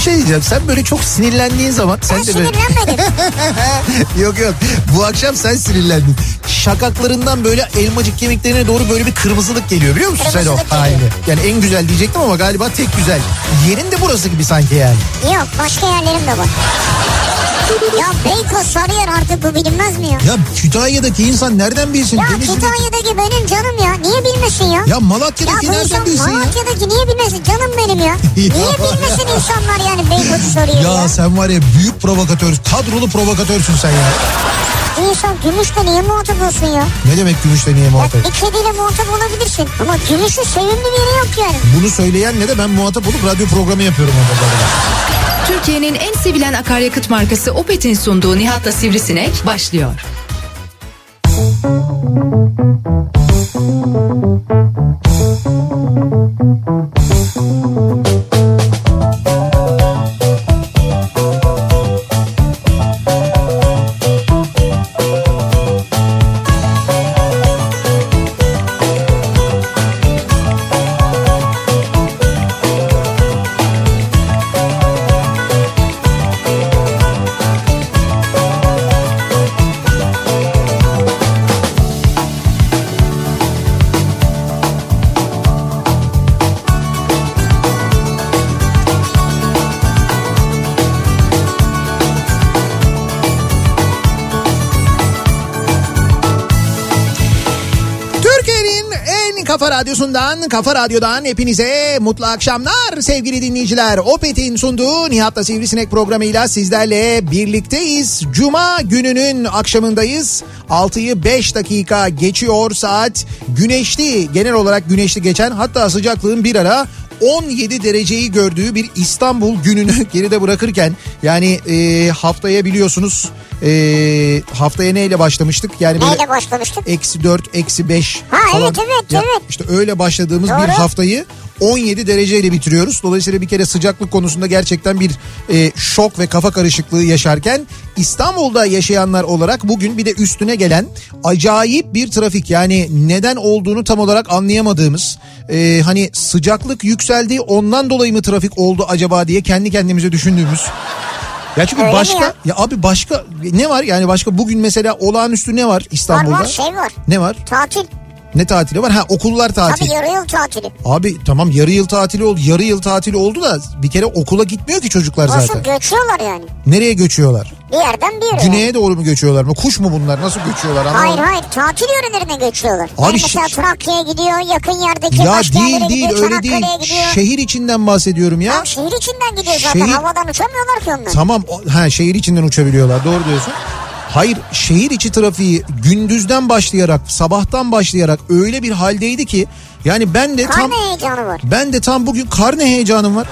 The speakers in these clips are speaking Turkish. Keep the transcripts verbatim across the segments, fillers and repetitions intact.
şey diyeceğim, sen böyle çok sinirlendiğin zaman... Ben sen de böyle... sinirlenmedim. Yok yok, bu akşam sen sinirlendin. Şakaklarından böyle elmacık kemiklerine doğru böyle bir kırmızılık geliyor, biliyor musun sen o halini? Yani en güzel diyecektim ama galiba tek güzel. Yerin de burası gibi sanki yani. Yok, başka yerlerim de var. Ya Beykoz, Sarıyer, artık bu bilinmez mi ya? Ya Kütahya'daki insan nereden bilsin? Ya Denizli... Kütahya'daki benim canım ya. Niye bilmesin ya? Ya Malatya'daki ya nereden bilsin ya? Malatya'daki niye bilmesin? Canım benim ya. Niye bilmesin insanlar yani Beykoz'u soruyor ya? Ya sen var ya, büyük provokatör, kadrolu provokatörsün sen ya. İnsan gümüşle niye muhatap olsun ya? Ne demek gümüşle niye muhatap? Ya bir kediyle muhatap olabilirsin. Ama gümüşün sevimli bir yeri yok yani. Bunu söyleyen ne de ben muhatap olup radyo programı yapıyorum orada. Türkiye'nin en sevilen akaryakıt markası Opet'in sunduğu Nihat'la Sivrisinek başlıyor. Kafa Radyosu'ndan, Kafa Radyo'dan hepinize mutlu akşamlar sevgili dinleyiciler. Opet'in sunduğu Nihat'la Sivrisinek programıyla sizlerle birlikteyiz. Cuma gününün akşamındayız. altıyı beş dakika geçiyor saat. Güneşli, genel olarak güneşli geçen, hatta sıcaklığın bir ara on yedi dereceyi gördüğü bir İstanbul gününü geride bırakırken, yani e, haftaya biliyorsunuz e, haftaya neyle başlamıştık? Yani böyle neyle başlamıştık? Eksi dört, eksi beş ha, falan. Evet evet ya, evet. İşte öyle başladığımız Doğru. bir haftayı on yedi dereceyle bitiriyoruz. Dolayısıyla bir kere sıcaklık konusunda gerçekten bir e, şok ve kafa karışıklığı yaşarken, İstanbul'da yaşayanlar olarak bugün bir de üstüne gelen acayip bir trafik, yani neden olduğunu tam olarak anlayamadığımız, e, hani sıcaklık yükseldi ondan dolayı mı trafik oldu acaba diye kendi kendimize düşündüğümüz. Ya çünkü öyle başka ya? ya abi başka ne var yani, başka bugün mesela olağanüstü ne var İstanbul'da? Var var şey var. Ne var? Tatil. Ne tatili var? Ha, okullar tatil. Tabii yarı yıl tatili. Abi tamam, yarı yıl tatili oldu. Yarı yıl tatili oldu da bir kere okula gitmiyor ki çocuklar Nasıl zaten. göçüyorlar yani? Nereye göçüyorlar? Bir yerden bir yere. Güneye doğru mu göçüyorlar mı? Kuş mu bunlar? Nasıl göçüyorlar? Anlamadım. Hayır hayır, tatil yörelerine göçüyorlar. Abi yani mesela şi- Trakya'ya gidiyor, yakın yerdeki Ya başka değil yerlere değil gidiyor, öyle değil. gidiyor. Şehir içinden bahsediyorum ya. Tamam, şehir içinden gidiyor zaten. Şehir- Havadan uçamıyorlar ki onlar. Tamam, o- ha şehir içinden uçabiliyorlar, doğru diyorsun. Hayır, şehir içi trafiği gündüzden başlayarak, sabahtan başlayarak öyle bir haldeydi ki, yani ben de Karne tam heyecanı var. ben de tam bugün karne heyecanım var.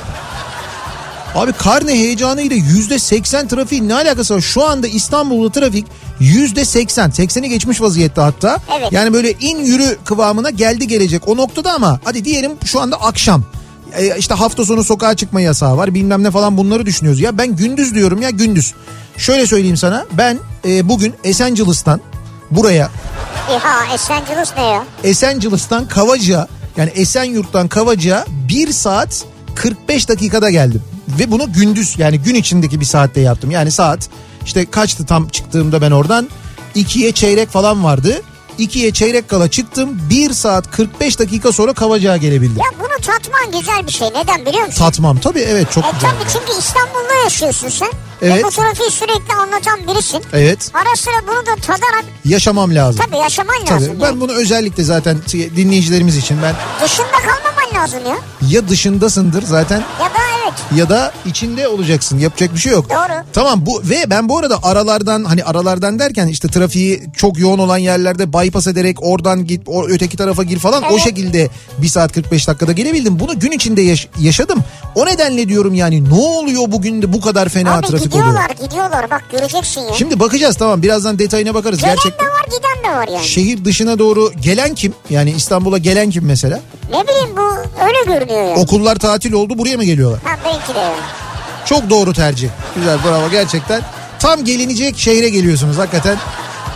Abi karne heyecanı ile yüzde seksen trafiğin ne alakası var? Şu anda İstanbul'da trafik yüzde seksen, sekseni geçmiş vaziyette hatta. Evet. Yani böyle in yürü kıvamına geldi gelecek o noktada, ama hadi diyelim şu anda akşam. E işte hafta sonu sokağa çıkma yasağı var, bilmem ne falan, bunları düşünüyoruz. Ya ben gündüz diyorum ya, gündüz. Şöyle söyleyeyim sana, ben e, bugün Esencilis'ten buraya. Ya Esenciles ne ya? Esencilis'ten Kavacık'a, yani Esenyurt'tan Kavacık'a bir saat kırk beş dakikada geldim. Ve bunu gündüz, yani gün içindeki bir saatte yaptım. Yani saat işte kaçtı tam çıktığımda ben oradan? ikiye çeyrek falan vardı. ikiye çeyrek kala çıktım. bir saat kırk beş dakika sonra Kavacık'a gelebildim. Ya bunu tatman güzel bir şey. Neden biliyor musun? Tatmam tabii, evet, çok e güzel. tabii, çünkü İstanbul'da yaşıyorsun sen. Evet. Ve bu trafiği sürekli anlatan birisin. Evet. Ara sıra bunu da tadarak Yaşamam lazım. tabii yaşaman Tabii. lazım. Ben yani. bunu özellikle zaten dinleyicilerimiz için, ben Dışında kalmaman lazım ya. ya dışındasındır zaten Ya da evet. ya da içinde olacaksın. Yapacak bir şey yok. Doğru. Tamam, bu ve ben bu arada aralardan, hani aralardan derken işte trafiği çok yoğun olan yerlerde bypass ederek oradan git, o öteki tarafa gir falan, Evet. o şekilde bir saat kırk beş dakikada gelebildim. Bunu gün içinde yaş- yaşadım. O nedenle diyorum yani, ne oluyor bugün de bu kadar fena Abi trafik gidiyorlar oluyor? gidiyorlar bak, göreceksin ya. Şimdi bakacağız, tamam, birazdan detayına bakarız. Gelen Gerçekten. de var, giden de var yani. Şehir dışına doğru gelen kim? Yani İstanbul'a gelen kim mesela? Ne bileyim, bu öyle görünüyor yani. Okullar tatil oldu, buraya mı geliyorlar? Ha belki de yani. Çok doğru tercih. Güzel, bravo gerçekten. Tam gelinecek şehre geliyorsunuz hakikaten.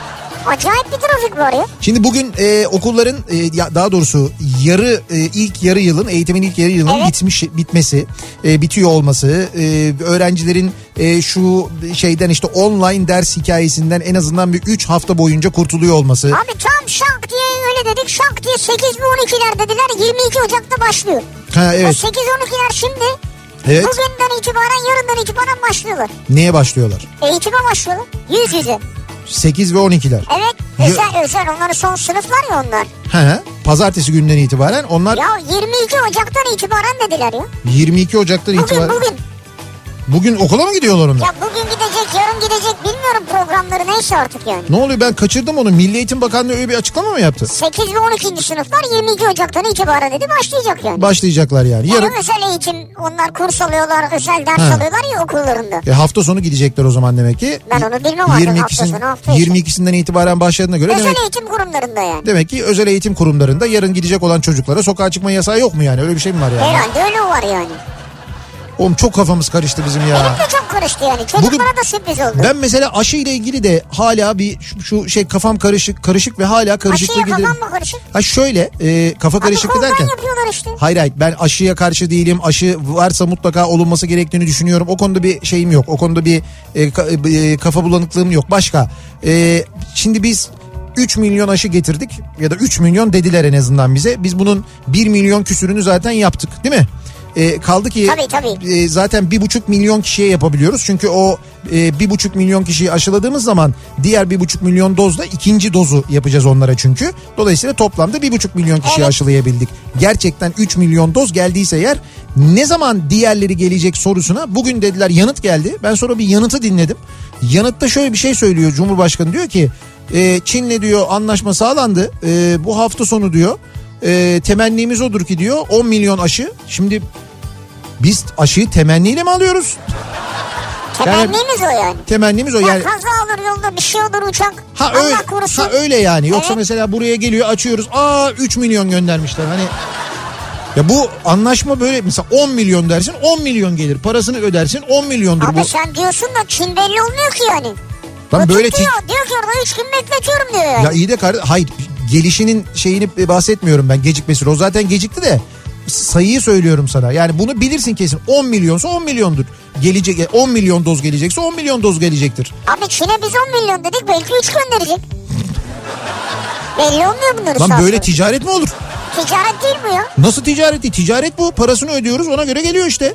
Acayip bir trafik var ya. Şimdi bugün e, okulların e, ya daha doğrusu yarı e, ilk yarı yılın eğitimin ilk yarı yılının Evet. bitmiş bitmesi, e, bitiyor olması, e, öğrencilerin e, şu şeyden işte online ders hikayesinden en azından bir üç hafta boyunca kurtuluyor olması. Abi tam şak diye öyle dedik, şak diye sekiz ve on ikiler dediler, yirmi iki Ocak'ta başlıyor. Ha O evet. sekiz on ikiler şimdi Evet. bugünden itibaren, yarından itibaren başlıyorlar. Neye başlıyorlar? Eğitime başlıyorlar. Yüz yüze. sekiz ve on ikiler. Evet. Ya- Özel özel onların son sınıflar ya onlar. He. Pazartesi günden itibaren onlar Ya yirmi iki Ocak'tan itibaren dediler ya. yirmi iki Ocak'tan Bugün itibaren. bugün. Bugün okula mı gidiyorlar onlar? Ya bugün gidecek, yarın gidecek, bilmiyorum programları neyse artık yani. Ne oluyor, ben kaçırdım onu. Milli Eğitim Bakanlığı öyle bir açıklama mı yaptı? sekiz ve on ikinci sınıflar yirmi iki Ocak'tan itibaren dedi başlayacak yani. Başlayacaklar yani. Yani Yarın özel eğitim, onlar kurs alıyorlar, özel ders Ha. alıyorlar ya okullarında. e, hafta sonu gidecekler o zaman demek ki. Ben onu bilmem artık, yirmi hafta ikisinin sonu, hafta içi. yirmi ikisinden itibaren başladığına göre Özel demek, eğitim kurumlarında yani. demek ki özel eğitim kurumlarında yarın gidecek olan çocuklara sokağa çıkma yasağı yok mu yani? Öyle bir şey mi var yani? Herhalde öyle var yani. Oğlum çok kafamız karıştı bizim ya. Benim de çok karıştı yani. Çocuklara Bugün- da sürpriz oldu. Ben mesela aşı ile ilgili de hala bir şu, şu şey kafam karışık karışık ve hala karışıklığa Aşıya giderim. kafam mı karışık? Ha şöyle e, kafa Abi karışıklığı koldan derken. yapıyorlar işte. Hayır hayır, ben aşıya karşı değilim. Aşı varsa mutlaka olunması gerektiğini düşünüyorum. O konuda bir şeyim yok. O konuda bir e, ka- e, kafa bulanıklığım yok. Başka. E, şimdi biz üç milyon aşı getirdik ya da üç milyon dediler en azından bize. Biz bunun bir milyon küsürünü zaten yaptık, değil mi? E, kaldı ki Tabii, tabii. e, zaten bir buçuk milyon kişiye yapabiliyoruz. Çünkü o e, bir buçuk milyon kişiyi aşıladığımız zaman diğer bir buçuk milyon dozla ikinci dozu yapacağız onlara çünkü. Dolayısıyla toplamda bir buçuk milyon kişiyi Evet. aşılayabildik. Gerçekten üç milyon doz geldiyse eğer, ne zaman diğerleri gelecek sorusuna bugün dediler yanıt geldi. Ben sonra bir yanıtı dinledim. Yanıtta şöyle bir şey söylüyor Cumhurbaşkanı, diyor ki e, Çin'le diyor anlaşma sağlandı. E, bu hafta sonu diyor e, temennimiz odur ki diyor on milyon aşı. Şimdi biz aşıyı temenniyle mi alıyoruz? Temennimiz o yani. Temennimiz o Ya yani. kaza olur yolda, bir şey olur, uçak. Ha Allah öyle, korusun. ha öyle yani. Yoksa Evet. mesela buraya geliyor, açıyoruz. Aa üç milyon göndermişler. Hani ya bu anlaşma böyle, mesela on milyon dersin on milyon gelir. Parasını ödersin on milyondur Abi bu. sen diyorsun da Çin belli olmuyor ki yani. Ben Bu böyle tutuyor, ti- diyor ki orada üç gün bekletiyorum diyor yani. Ya iyi de kardeşim, hayır, gelişinin şeyini bahsetmiyorum ben, gecikmesi. O zaten gecikti de sayıyı söylüyorum sana. Yani bunu bilirsin kesin. on milyonsa on milyondur. Gelecek on milyon doz gelecekse on milyon doz gelecektir. Abi Çin'e biz on milyon dedik, belki üç gönderecek. Belli olmuyor bunları. Lan sağ böyle sonra. ticaret mi olur? Ticaret değil bu ya. Nasıl ticaret değil? Ticaret bu. Parasını ödüyoruz, ona göre geliyor işte.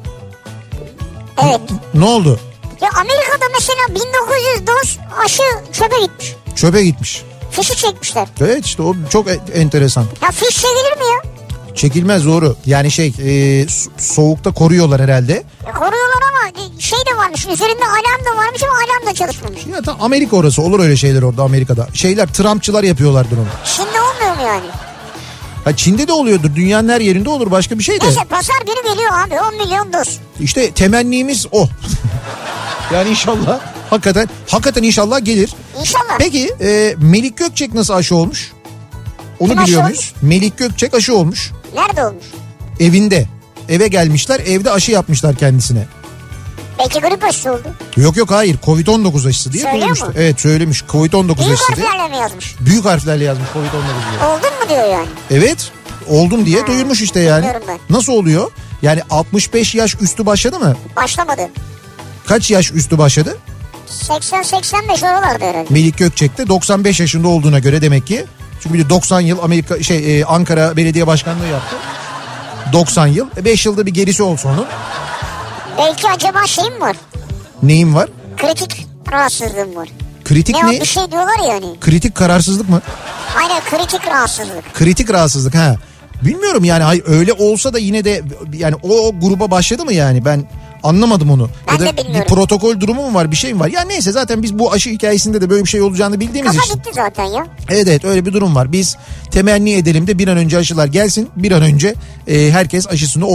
Evet. Ne oldu? Ya Amerika'da mesela bin dokuz yüz doz aşı çöpe gitmiş. Çöpe gitmiş. Fişi çekmişler. Evet işte o çok e- enteresan. Ya fiş çekilir mi ya? Çekilmez, doğru. Yani şey e, so- soğukta koruyorlar herhalde. Ya koruyorlar ama şey de varmış, üzerinde alarm da varmış ama alarm da çalışmamış. Ya tam Amerika orası, olur öyle şeyler orada Amerika'da. Şeyler, Trumpçılar yapıyorlardır onu. Şimdi olmuyor mu yani? Ha Çin'de de oluyordur. Dünyanın her yerinde olur, başka bir şey de. Neyse pazar günü geliyor abi on milyon doz. İşte temennimiz o. Yani inşallah hakikaten hakikaten inşallah gelir. İnşallah. Peki e, Melik Gökçek nasıl aşı olmuş? Onu Kim aşı biliyor olmuş? muyuz? Melik Gökçek aşı olmuş. Nerede olmuş? Evinde. Eve gelmişler, evde aşı yapmışlar kendisine. Belki grip aşısı oldu. Yok yok hayır, covid on dokuz aşısı diye Söylüyor koymuştu. mu? Evet söylemiş, covid on dokuz Büyük aşısı diye. harflerle mi yazmış? Büyük harflerle yazmış covid on dokuz diye. Oldun mu diyor yani. Evet oldum diye Ha, duyurmuş işte yani. bilmiyorum ben. Nasıl oluyor? Yani altmış beş yaş üstü başladı mı? Başlamadı. Kaç yaş üstü başladı? seksen seksen beş oralarda herhalde. Melik Gökçek'te doksan beş yaşında olduğuna göre demek ki. Çünkü bir de doksan yıl Amerika şey e, Ankara Belediye Başkanlığı yaptı. doksan yıl. beş yılda bir gerisi olsa onun. Belki acaba şey mi var? Neyim var? Kritik rahatsızlığım var. Kritik Ne o ne? bir şey diyorlar ya hani. Kritik kararsızlık mı? Aynen, kritik rahatsızlık. Kritik rahatsızlık ha. Bilmiyorum yani, hayır öyle olsa da yine de yani o, o gruba başladı mı yani, ben anlamadım onu. Ben ya da de bilmiyorum. bir protokol durumu mu var, bir şey mi var? Ya neyse, zaten biz bu aşı hikayesinde de böyle bir şey olacağını bildiğimiz Kafa için. gitti zaten ya. Evet evet, öyle bir durum var. Biz temenni edelim de bir an önce aşılar gelsin. Bir an önce e, herkes aşısını olsun.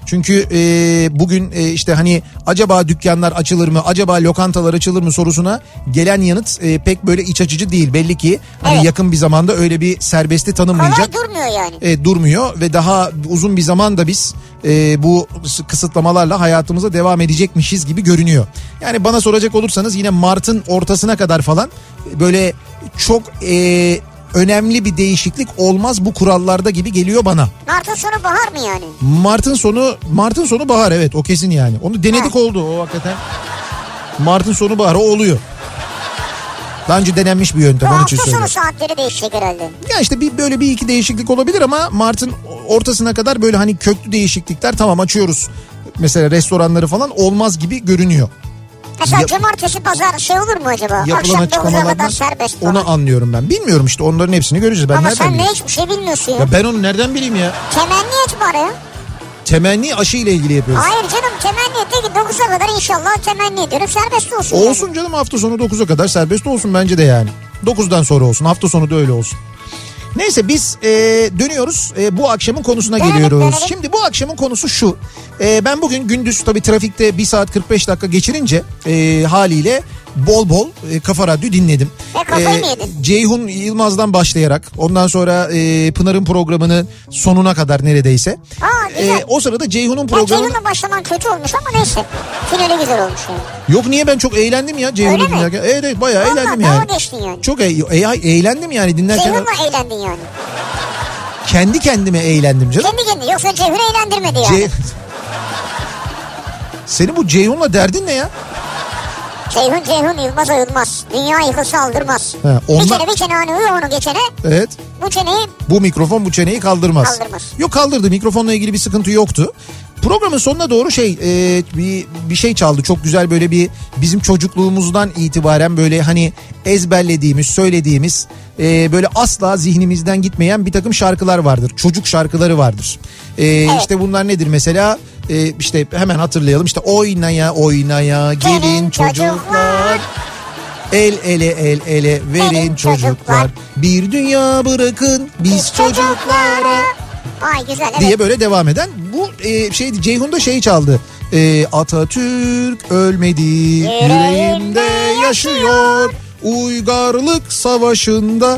Çünkü e, bugün e, işte hani acaba dükkanlar açılır mı, acaba lokantalar açılır mı sorusuna gelen yanıt e, pek böyle iç açıcı değil. Belli ki hani Evet. yakın bir zamanda öyle bir serbestli tanınmayacak. Kolay durmuyor yani. E, durmuyor ve daha uzun bir zaman da biz e, bu kısıtlamalarla hayatımıza devam edecekmişiz gibi görünüyor. Yani bana soracak olursanız yine Mart'ın ortasına kadar falan böyle çok e, önemli bir değişiklik olmaz bu kurallarda gibi geliyor bana. Mart'ın sonu bahar mı yani? Mart'ın sonu Mart'ın sonu bahar, evet, o kesin yani. Onu denedik, Ha. oldu o hakikaten. Mart'ın sonu bahar, o oluyor. Daha önce denenmiş bir yöntem, Bu onun hafta için sonu söylüyorum. saatleri değişecek herhalde. Ya işte bir böyle bir iki değişiklik olabilir ama Mart'ın ortasına kadar böyle hani köklü değişiklikler, tamam açıyoruz mesela restoranları falan, olmaz gibi görünüyor. Mesela Yap- cumartesi pazar şey olur mu acaba? Yapılan Akşam dokuza kadar açıklamalardan serbest falan. onu anlıyorum ben. Bilmiyorum işte, onların hepsini göreceğiz. Ben Ama nereden sen ne bileyim? hiçbir şey bilmiyorsun ya. Ya ben onu nereden bileyim ya? Temenni et bari ya. Temenni aşı ile ilgili yapıyoruz. Hayır canım, temenni et de ki dokuza kadar inşallah temenni ediyorum serbest olsun. Olsun yani. canım, hafta sonu dokuza kadar serbest olsun bence de yani. dokuzdan sonra olsun, hafta sonu da öyle olsun. Neyse biz e, dönüyoruz e, bu akşamın konusuna Dönelim, geliyoruz. dönelim. Şimdi bu akşamın konusu şu. E, ben bugün gündüz tabii trafikte bir saat kırk beş dakika geçirince e, haliyle bol bol e, Kafa Radyo dinledim. Ve kafayı mı yedin? Ceyhun Yılmaz'dan başlayarak ondan sonra e, Pınar'ın programının sonuna kadar neredeyse. Aa, güzel. E, o sırada Ceyhun'un Ya programını... Ceyhun'la başlaman kötü olmuş ama neyse. Finali güzel olmuş yani. Yok, niye, ben çok eğlendim ya Ceyhun'u Öyle mi? dinlerken. Evet evet, bayağı Vallahi eğlendim dalga yani. geçtin yani. Çok e- e- eğlendim yani dinlerken. Ceyhun'la eğlendin yani. Kendi kendime eğlendim canım. Kendi kendine, yoksa Ceyhun'u eğlendirmedi yani. Ce- Senin bu Ceyhun'la derdin ne ya? Ceyhun Ceyhun Yılmaz'a Yılmaz. Dünya yıkılsa aldırmaz. Ha, Bir ondan- kere bir çene uyuyor onu geçene. Evet. Bu çeneyi Bu mikrofon bu çeneyi kaldırmaz. Kaldırmaz. Yok, kaldırdı. Mikrofonla ilgili bir sıkıntı yoktu. Programın sonuna doğru şey e, bir bir şey çaldı. Çok güzel, böyle bir bizim çocukluğumuzdan itibaren böyle hani ezberlediğimiz, söylediğimiz e, böyle asla zihnimizden gitmeyen bir takım şarkılar vardır. Çocuk şarkıları vardır. E, İşte bunlar nedir mesela? E, işte hemen hatırlayalım. İşte oynaya oynaya gelin Gelin çocuklar. çocuklar. El ele el ele verin Verin çocuklar. çocuklar. Bir dünya bırakın biz çocuklara. Ay güzel, evet. Diye böyle devam eden bu e, şey Ceyhun'da şey çaldı. E, Atatürk ölmedi, yüreğimde yaşıyor. Uygarlık savaşında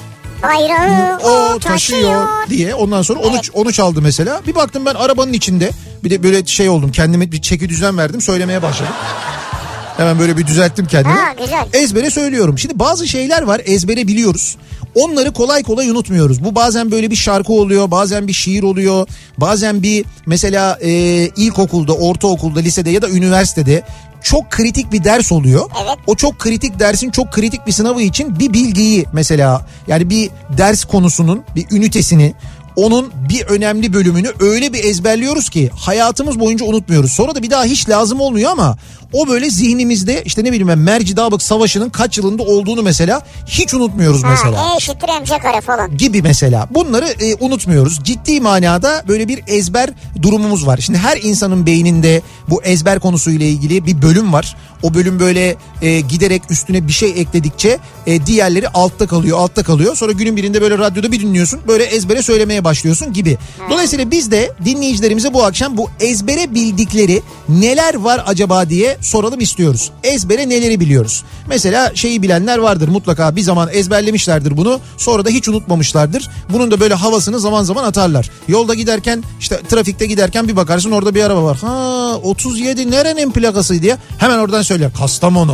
Bayrağı o taşıyor diye, ondan sonra onu Evet. onu çaldı mesela. Bir baktım ben arabanın içinde, bir de böyle şey oldum, kendime bir çeki düzen verdim, söylemeye başladım. Hemen böyle bir düzelttim kendimi. Ha, güzel. Ezbere söylüyorum. Şimdi bazı şeyler var, ezbere biliyoruz. Onları kolay kolay unutmuyoruz. Bu bazen böyle bir şarkı oluyor, bazen bir şiir oluyor. Bazen bir mesela e, ilkokulda, ortaokulda, lisede ya da üniversitede çok kritik bir ders oluyor. Evet. O çok kritik dersin çok kritik bir sınavı için bir bilgiyi mesela, yani bir ders konusunun bir ünitesini, onun bir önemli bölümünü öyle bir ezberliyoruz ki hayatımız boyunca unutmuyoruz. Sonra da bir daha hiç lazım olmuyor ama o böyle zihnimizde, işte ne bileyim ben, Mercidabık Savaşı'nın kaç yılında olduğunu mesela hiç unutmuyoruz mesela. Ha, E eşittir mc kare falan. Gibi mesela. Bunları e, unutmuyoruz. Ciddi manada böyle bir ezber durumumuz var. Şimdi her insanın beyninde bu ezber konusuyla ilgili bir bölüm var. O bölüm böyle e, giderek üstüne bir şey ekledikçe e, diğerleri altta kalıyor, altta kalıyor. Sonra günün birinde böyle radyoda bir dinliyorsun, böyle ezbere söylemeye başlıyorsun gibi. Dolayısıyla biz de dinleyicilerimize bu akşam bu ezbere bildikleri neler var acaba diye soralım istiyoruz. Ezbere neleri biliyoruz? Mesela şeyi bilenler vardır mutlaka, bir zaman ezberlemişlerdir bunu, sonra da hiç unutmamışlardır. Bunun da böyle havasını zaman zaman atarlar. Yolda giderken, işte trafikte giderken bir bakarsın orada bir araba var. Ha, otuz yedi nerenin plakası diye hemen oradan söyler. Kastamonu.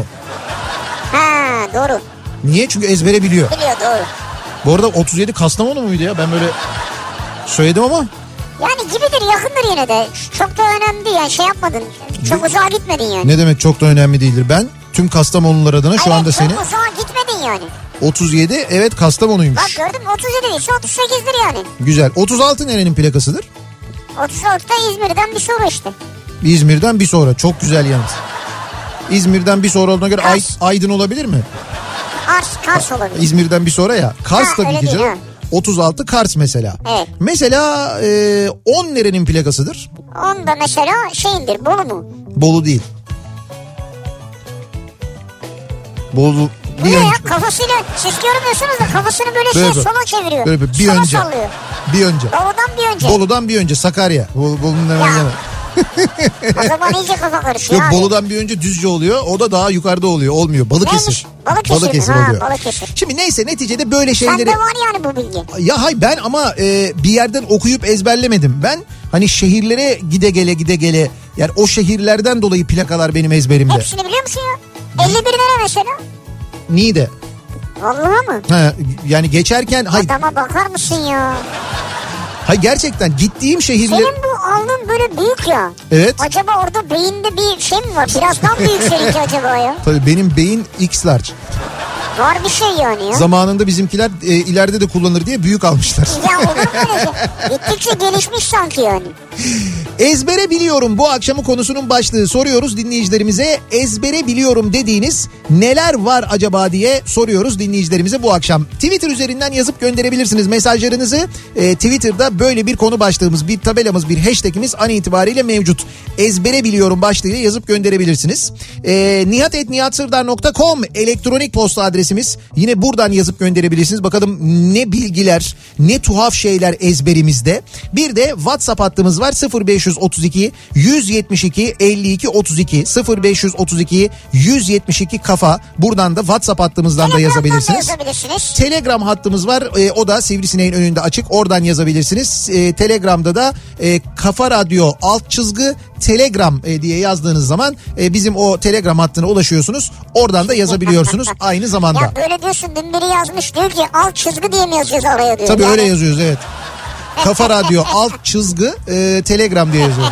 Ha, doğru. Niye? Çünkü ezbere biliyor. Biliyor, doğru. Bu arada otuz yedi Kastamonu muydu ya? Ben böyle söyledim ama. Yani gibidir, yakındır yine de. Çok da önemli değil yani, şey yapmadın. Çok uzağa gitmedin yani. Ne demek çok da önemli değildir. Ben tüm Kastamonular adına şu Evet, anda seni çok uzağa gitmedin yani. otuz yedi, evet Kastamonu'ymuş. Bak gördün mü, otuz yedi değilse otuz sekizdir yani. Güzel. otuz altı nerenin plakasıdır? otuz altıda İzmir'den bir sonra işte. İzmir'den bir sonra. Çok güzel yanıt. İzmir'den bir sonra olduğuna göre Ay- Kars. Aydın olabilir mi? Kars, Kars olabilir. İzmir'den bir sonra ya. Kars Ha, tabii öyle ki değil, canım. ha. otuz altı Kars mesela. Evet. Mesela e, on nerenin plakasıdır? Onda mesela şeyindir, Bolu mu? Bolu değil. Bolu Bir Bu ne ya? önce. Kafasıyla siz görmüyorsunuz da kafasını böyle, Böyle şey böyle. sola çeviriyor. Böyle böyle. Bir sola önce. sallıyor. Bir önce. Bolu'dan bir önce. Bolu'dan bir önce Sakarya. Bol, Bolu'nun hemen Ya. yanı. O zaman iyice kafa karışıyor Yok, abi. Bolu'dan bir önce Düzce oluyor. O da daha yukarıda oluyor. Olmuyor. Balıkesir. Neymiş? Balıkesir, Balıkesir ha, oluyor. Balıkesir. Şimdi neyse, neticede böyle şeyleri... Sende var yani bu bilgi. Ya hay ben ama e, bir yerden okuyup ezberlemedim. Ben hani şehirlere gide gele gide gele, yani o şehirlerden dolayı plakalar benim ezberimde. Hepsini biliyor musun ya? elli bir nere mesela? Niğde. Vallahi mı? Ha, yani geçerken hay, Adama bakar mısın ya? hay gerçekten gittiğim şehirler... Senin bu alnın böyle büyük ya. Evet. Acaba orada beyinde bir şey mi var? Birazdan büyük seninki acaba ya. Tabii benim beyin X large. Var bir şey yani ya. Zamanında bizimkiler e, ileride de kullanır diye büyük almışlar. Ya olur mu öyle şey? Gittikçe gelişmiş sanki yani. Ezbere biliyorum bu akşamın konusunun başlığı. Soruyoruz dinleyicilerimize, ezbere biliyorum dediğiniz neler var acaba diye soruyoruz dinleyicilerimize bu akşam. Twitter üzerinden yazıp gönderebilirsiniz mesajlarınızı. Ee, Twitter'da böyle bir konu başlığımız, bir tabelamız, bir hashtagimiz an itibariyle mevcut. Ezbere biliyorum başlığıyla yazıp gönderebilirsiniz. Ee, nihat et nihat sırdar nokta com elektronik posta adresimiz. Yine buradan yazıp gönderebilirsiniz. Bakalım ne bilgiler, ne tuhaf şeyler ezberimizde. Bir de WhatsApp hattımız var. sıfır beş otuz iki yüz yetmiş iki elli iki otuz iki sıfır beş otuz iki yüz yetmiş iki kafa. Buradan da WhatsApp hattımızdan da yazabilirsiniz. Da yazabilirsiniz. Telegram hattımız var. E, o da Sivrisineğin önünde açık. Oradan yazabilirsiniz. E, Telegram'da da e, Kafa Radyo alt çizgi Telegram e, diye yazdığınız zaman e, bizim o Telegram hattına ulaşıyorsunuz. Oradan da yazabiliyorsunuz aynı zamanda. Ya böyle diyorsun, dün biri yazmış diyor ki alt çizgi diye mi yazıyoruz araya diyor. Tabii yani... öyle yazıyoruz, evet. Kafa Radyo alt çizgi e, Telegram diye yazıyoruz.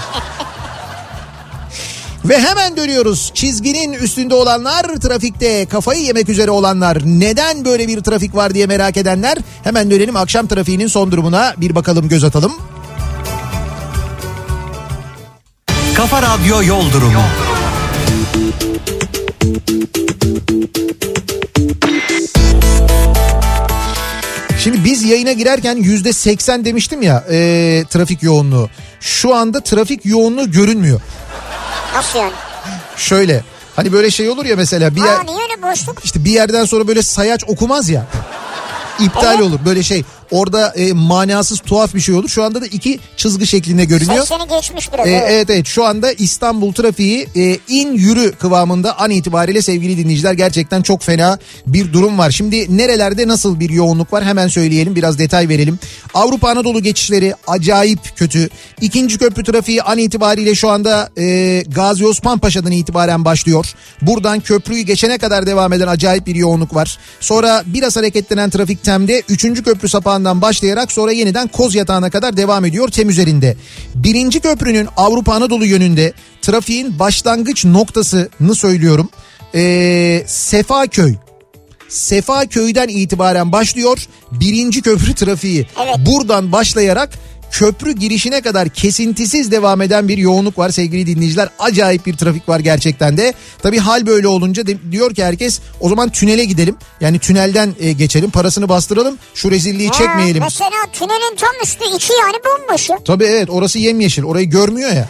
Ve hemen dönüyoruz. Çizginin üstünde olanlar, trafikte kafayı yemek üzere olanlar, neden böyle bir trafik var diye merak edenler, hemen dönelim akşam trafiğinin son durumuna bir bakalım, göz atalım. Kafa Radyo Yol Durumu. Şimdi biz yayına girerken yüzde seksen demiştim ya e, trafik yoğunluğu. Şu anda trafik yoğunluğu görünmüyor. Nasıl yani? Şöyle, hani böyle şey olur ya mesela bir yer... Aa, niye öyle boşluk? İşte bir yerden sonra böyle sayaç okumaz ya. İptal Evet. olur böyle şey. Orada e, manasız tuhaf bir şey olur. Şu anda da iki çizgi şeklinde görünüyor. sekseni geçmiş biraz. Ee, evet. evet evet şu anda İstanbul trafiği e, in yürü kıvamında an itibariyle sevgili dinleyiciler, gerçekten çok fena bir durum var. Şimdi nerelerde nasıl bir yoğunluk var hemen söyleyelim, biraz detay verelim. Avrupa Anadolu geçişleri acayip kötü. İkinci köprü trafiği an itibariyle şu anda e, Gazi Osman Paşa'dan itibaren başlıyor. Buradan köprüyü geçene kadar devam eden acayip bir yoğunluk var. Sonra biraz hareketlenen trafik Tem'de üçüncü köprü sapağından başlayarak sonra yeniden Kozyatağı'na kadar devam ediyor Tem üzerinde. Birinci köprünün Avrupa Anadolu yönünde trafiğin başlangıç noktasını söylüyorum. Ee, Sefaköy. Sefaköy'den itibaren başlıyor birinci köprü trafiği. Evet. Buradan başlayarak köprü girişine kadar kesintisiz devam eden bir yoğunluk var sevgili dinleyiciler. Acayip bir trafik var gerçekten de. Tabii hal böyle olunca de, diyor ki herkes o zaman tünele gidelim. Yani tünelden e, geçelim, parasını bastıralım, şu rezilliği Ha, çekmeyelim. Mesela tünelin tam üstü içi yani bomboş. Tabii evet, orası yemyeşil, orayı görmüyor ya.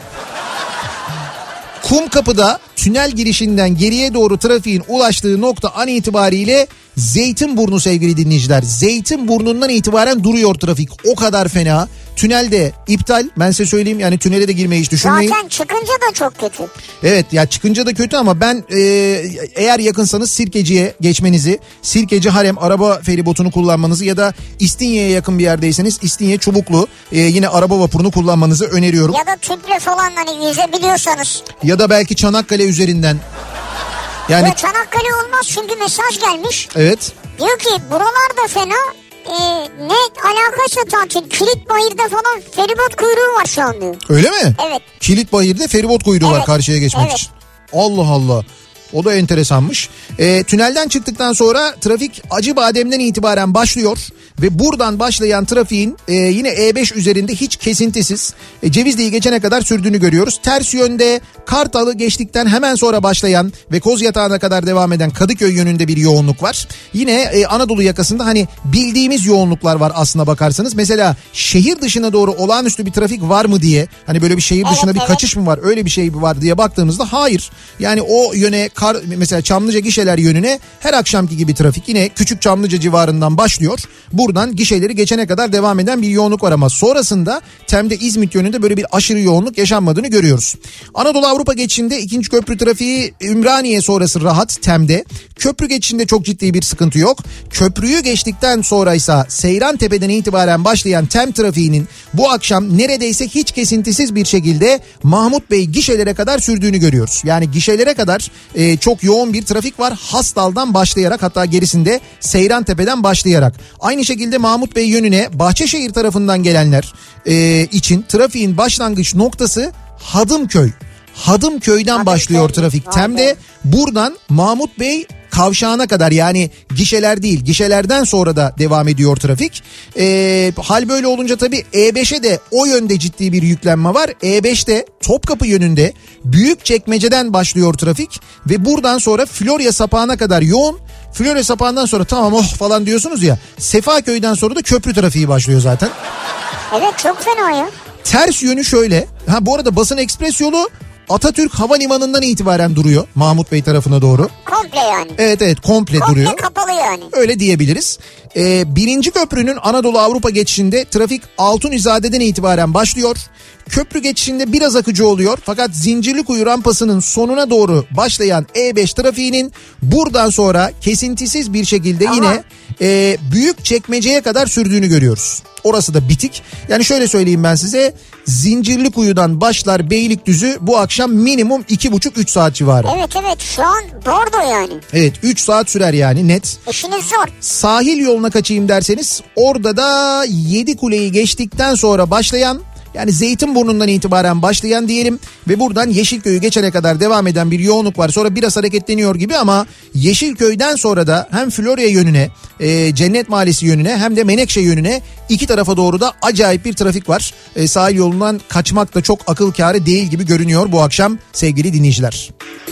Kumkapı'da tünel girişinden geriye doğru trafiğin ulaştığı nokta an itibariyle Zeytinburnu sevgili dinleyiciler. Zeytinburnu'ndan itibaren duruyor trafik. O kadar fena. Tünelde iptal. Ben size söyleyeyim, yani tünele de girmeyi hiç düşünmeyin. Zaten çıkınca da çok kötü. Evet ya, çıkınca da kötü ama ben e, eğer yakınsanız Sirkeci'ye geçmenizi, Sirkeci Harem araba feribotunu kullanmanızı ya da İstinye'ye yakın bir yerdeyseniz İstinye Çubuklu e, yine araba vapurunu kullanmanızı öneriyorum. Ya da tüple falan hani yüzebiliyorsanız. Ya da belki Çanakkale üzerinden. Yani Ya Çanakkale olmaz çünkü mesaj gelmiş. evet. Diyor ki buralarda fena. Ee, ne alakaysa tatil. Kilitbayır'da falan feribot kuyruğu var şu an diyor. Öyle mi? Evet. Kilitbayır'da feribot kuyruğu Evet. var karşıya geçmek Evet. için. Allah Allah. O da enteresanmış. E, tünelden çıktıktan sonra trafik Acıbadem'den itibaren başlıyor. Ve buradan başlayan trafiğin e, yine E beş üzerinde hiç kesintisiz e, Cevizli'yi geçene kadar sürdüğünü görüyoruz. Ters yönde Kartal'ı geçtikten hemen sonra başlayan ve Kozyatağı'na kadar devam eden Kadıköy yönünde bir yoğunluk var. Yine e, Anadolu yakasında hani bildiğimiz yoğunluklar var aslına bakarsanız. Mesela şehir dışına doğru olağanüstü bir trafik var mı diye, hani böyle bir şehir dışına evet, bir evet. kaçış mı var, öyle bir şey var diye baktığımızda hayır. Yani o yöne kar, mesela Çamlıca gişeler yönüne her akşamki gibi trafik yine Küçük Çamlıca civarından başlıyor. Buradan gişeleri geçene kadar devam eden bir yoğunluk var ama sonrasında Tem'de İzmit yönünde böyle bir aşırı yoğunluk yaşanmadığını görüyoruz. Anadolu Avrupa geçişinde ikinci köprü trafiği Ümraniye sonrası rahat Tem'de. Köprü geçişinde çok ciddi bir sıkıntı yok. Köprüyü geçtikten sonra ise Seyrantepe'den itibaren başlayan Tem trafiğinin bu akşam neredeyse hiç kesintisiz bir şekilde Mahmut Bey gişelere kadar sürdüğünü görüyoruz. Yani gişelere kadar e, çok yoğun bir trafik var. Hastal'dan başlayarak, hatta gerisinde Seyrantepe'den başlayarak. Aynı şekilde Mahmut Bey yönüne Bahçeşehir tarafından gelenler e, için trafiğin başlangıç noktası Hadımköy. Hadımköy'den Hadımköy başlıyor trafik Tem'de. Buradan Mahmut Bey kavşağına kadar, yani gişeler değil, gişelerden sonra da devam ediyor trafik. Ee, hal böyle olunca tabii E beşe de o yönde ciddi bir yüklenme var. E beşte Topkapı yönünde Büyükçekmece'den başlıyor trafik ve buradan sonra Florya sapağına kadar yoğun. Florya sapağından sonra tamam oh falan diyorsunuz ya, Sefaköy'den sonra da köprü trafiği başlıyor zaten. Evet, çok fena ya. Ters yönü şöyle. Ha bu arada Basın Ekspres yolu Atatürk Havalimanı'ndan itibaren duruyor Mahmut Bey tarafına doğru. Komple yani. Evet evet komple, komple duruyor. Komple kapalı yani. Öyle diyebiliriz. Ee, birinci köprünün Anadolu Avrupa geçişinde trafik Altunizade'den itibaren başlıyor. Köprü geçişinde biraz akıcı oluyor fakat Zincirlikuyu rampasının sonuna doğru başlayan E beş trafiğinin buradan sonra kesintisiz bir şekilde Aha. yine e, Büyükçekmece'ye kadar sürdüğünü görüyoruz. Orası da bitik. Yani şöyle söyleyeyim ben size, Zincirlikuyu'dan başlar Beylikdüzü bu akşam minimum iki buçuk üç saat civarı. Evet evet, şu an bordo yani. Evet, üç saat sürer yani net. İşiniz zor. Sahil yoluna kaçayım derseniz orada da Yedikule'yi geçtikten sonra başlayan, yani Zeytinburnu'ndan itibaren başlayan diyelim ve buradan Yeşilköy'ü geçene kadar devam eden bir yoğunluk var. Sonra biraz hareketleniyor gibi ama Yeşilköy'den sonra da hem Florya yönüne, e, Cennet Mahallesi yönüne hem de Menekşe yönüne iki tarafa doğru da acayip bir trafik var. E, sahil yolundan kaçmak da çok akıl kârı değil gibi görünüyor bu akşam sevgili dinleyiciler.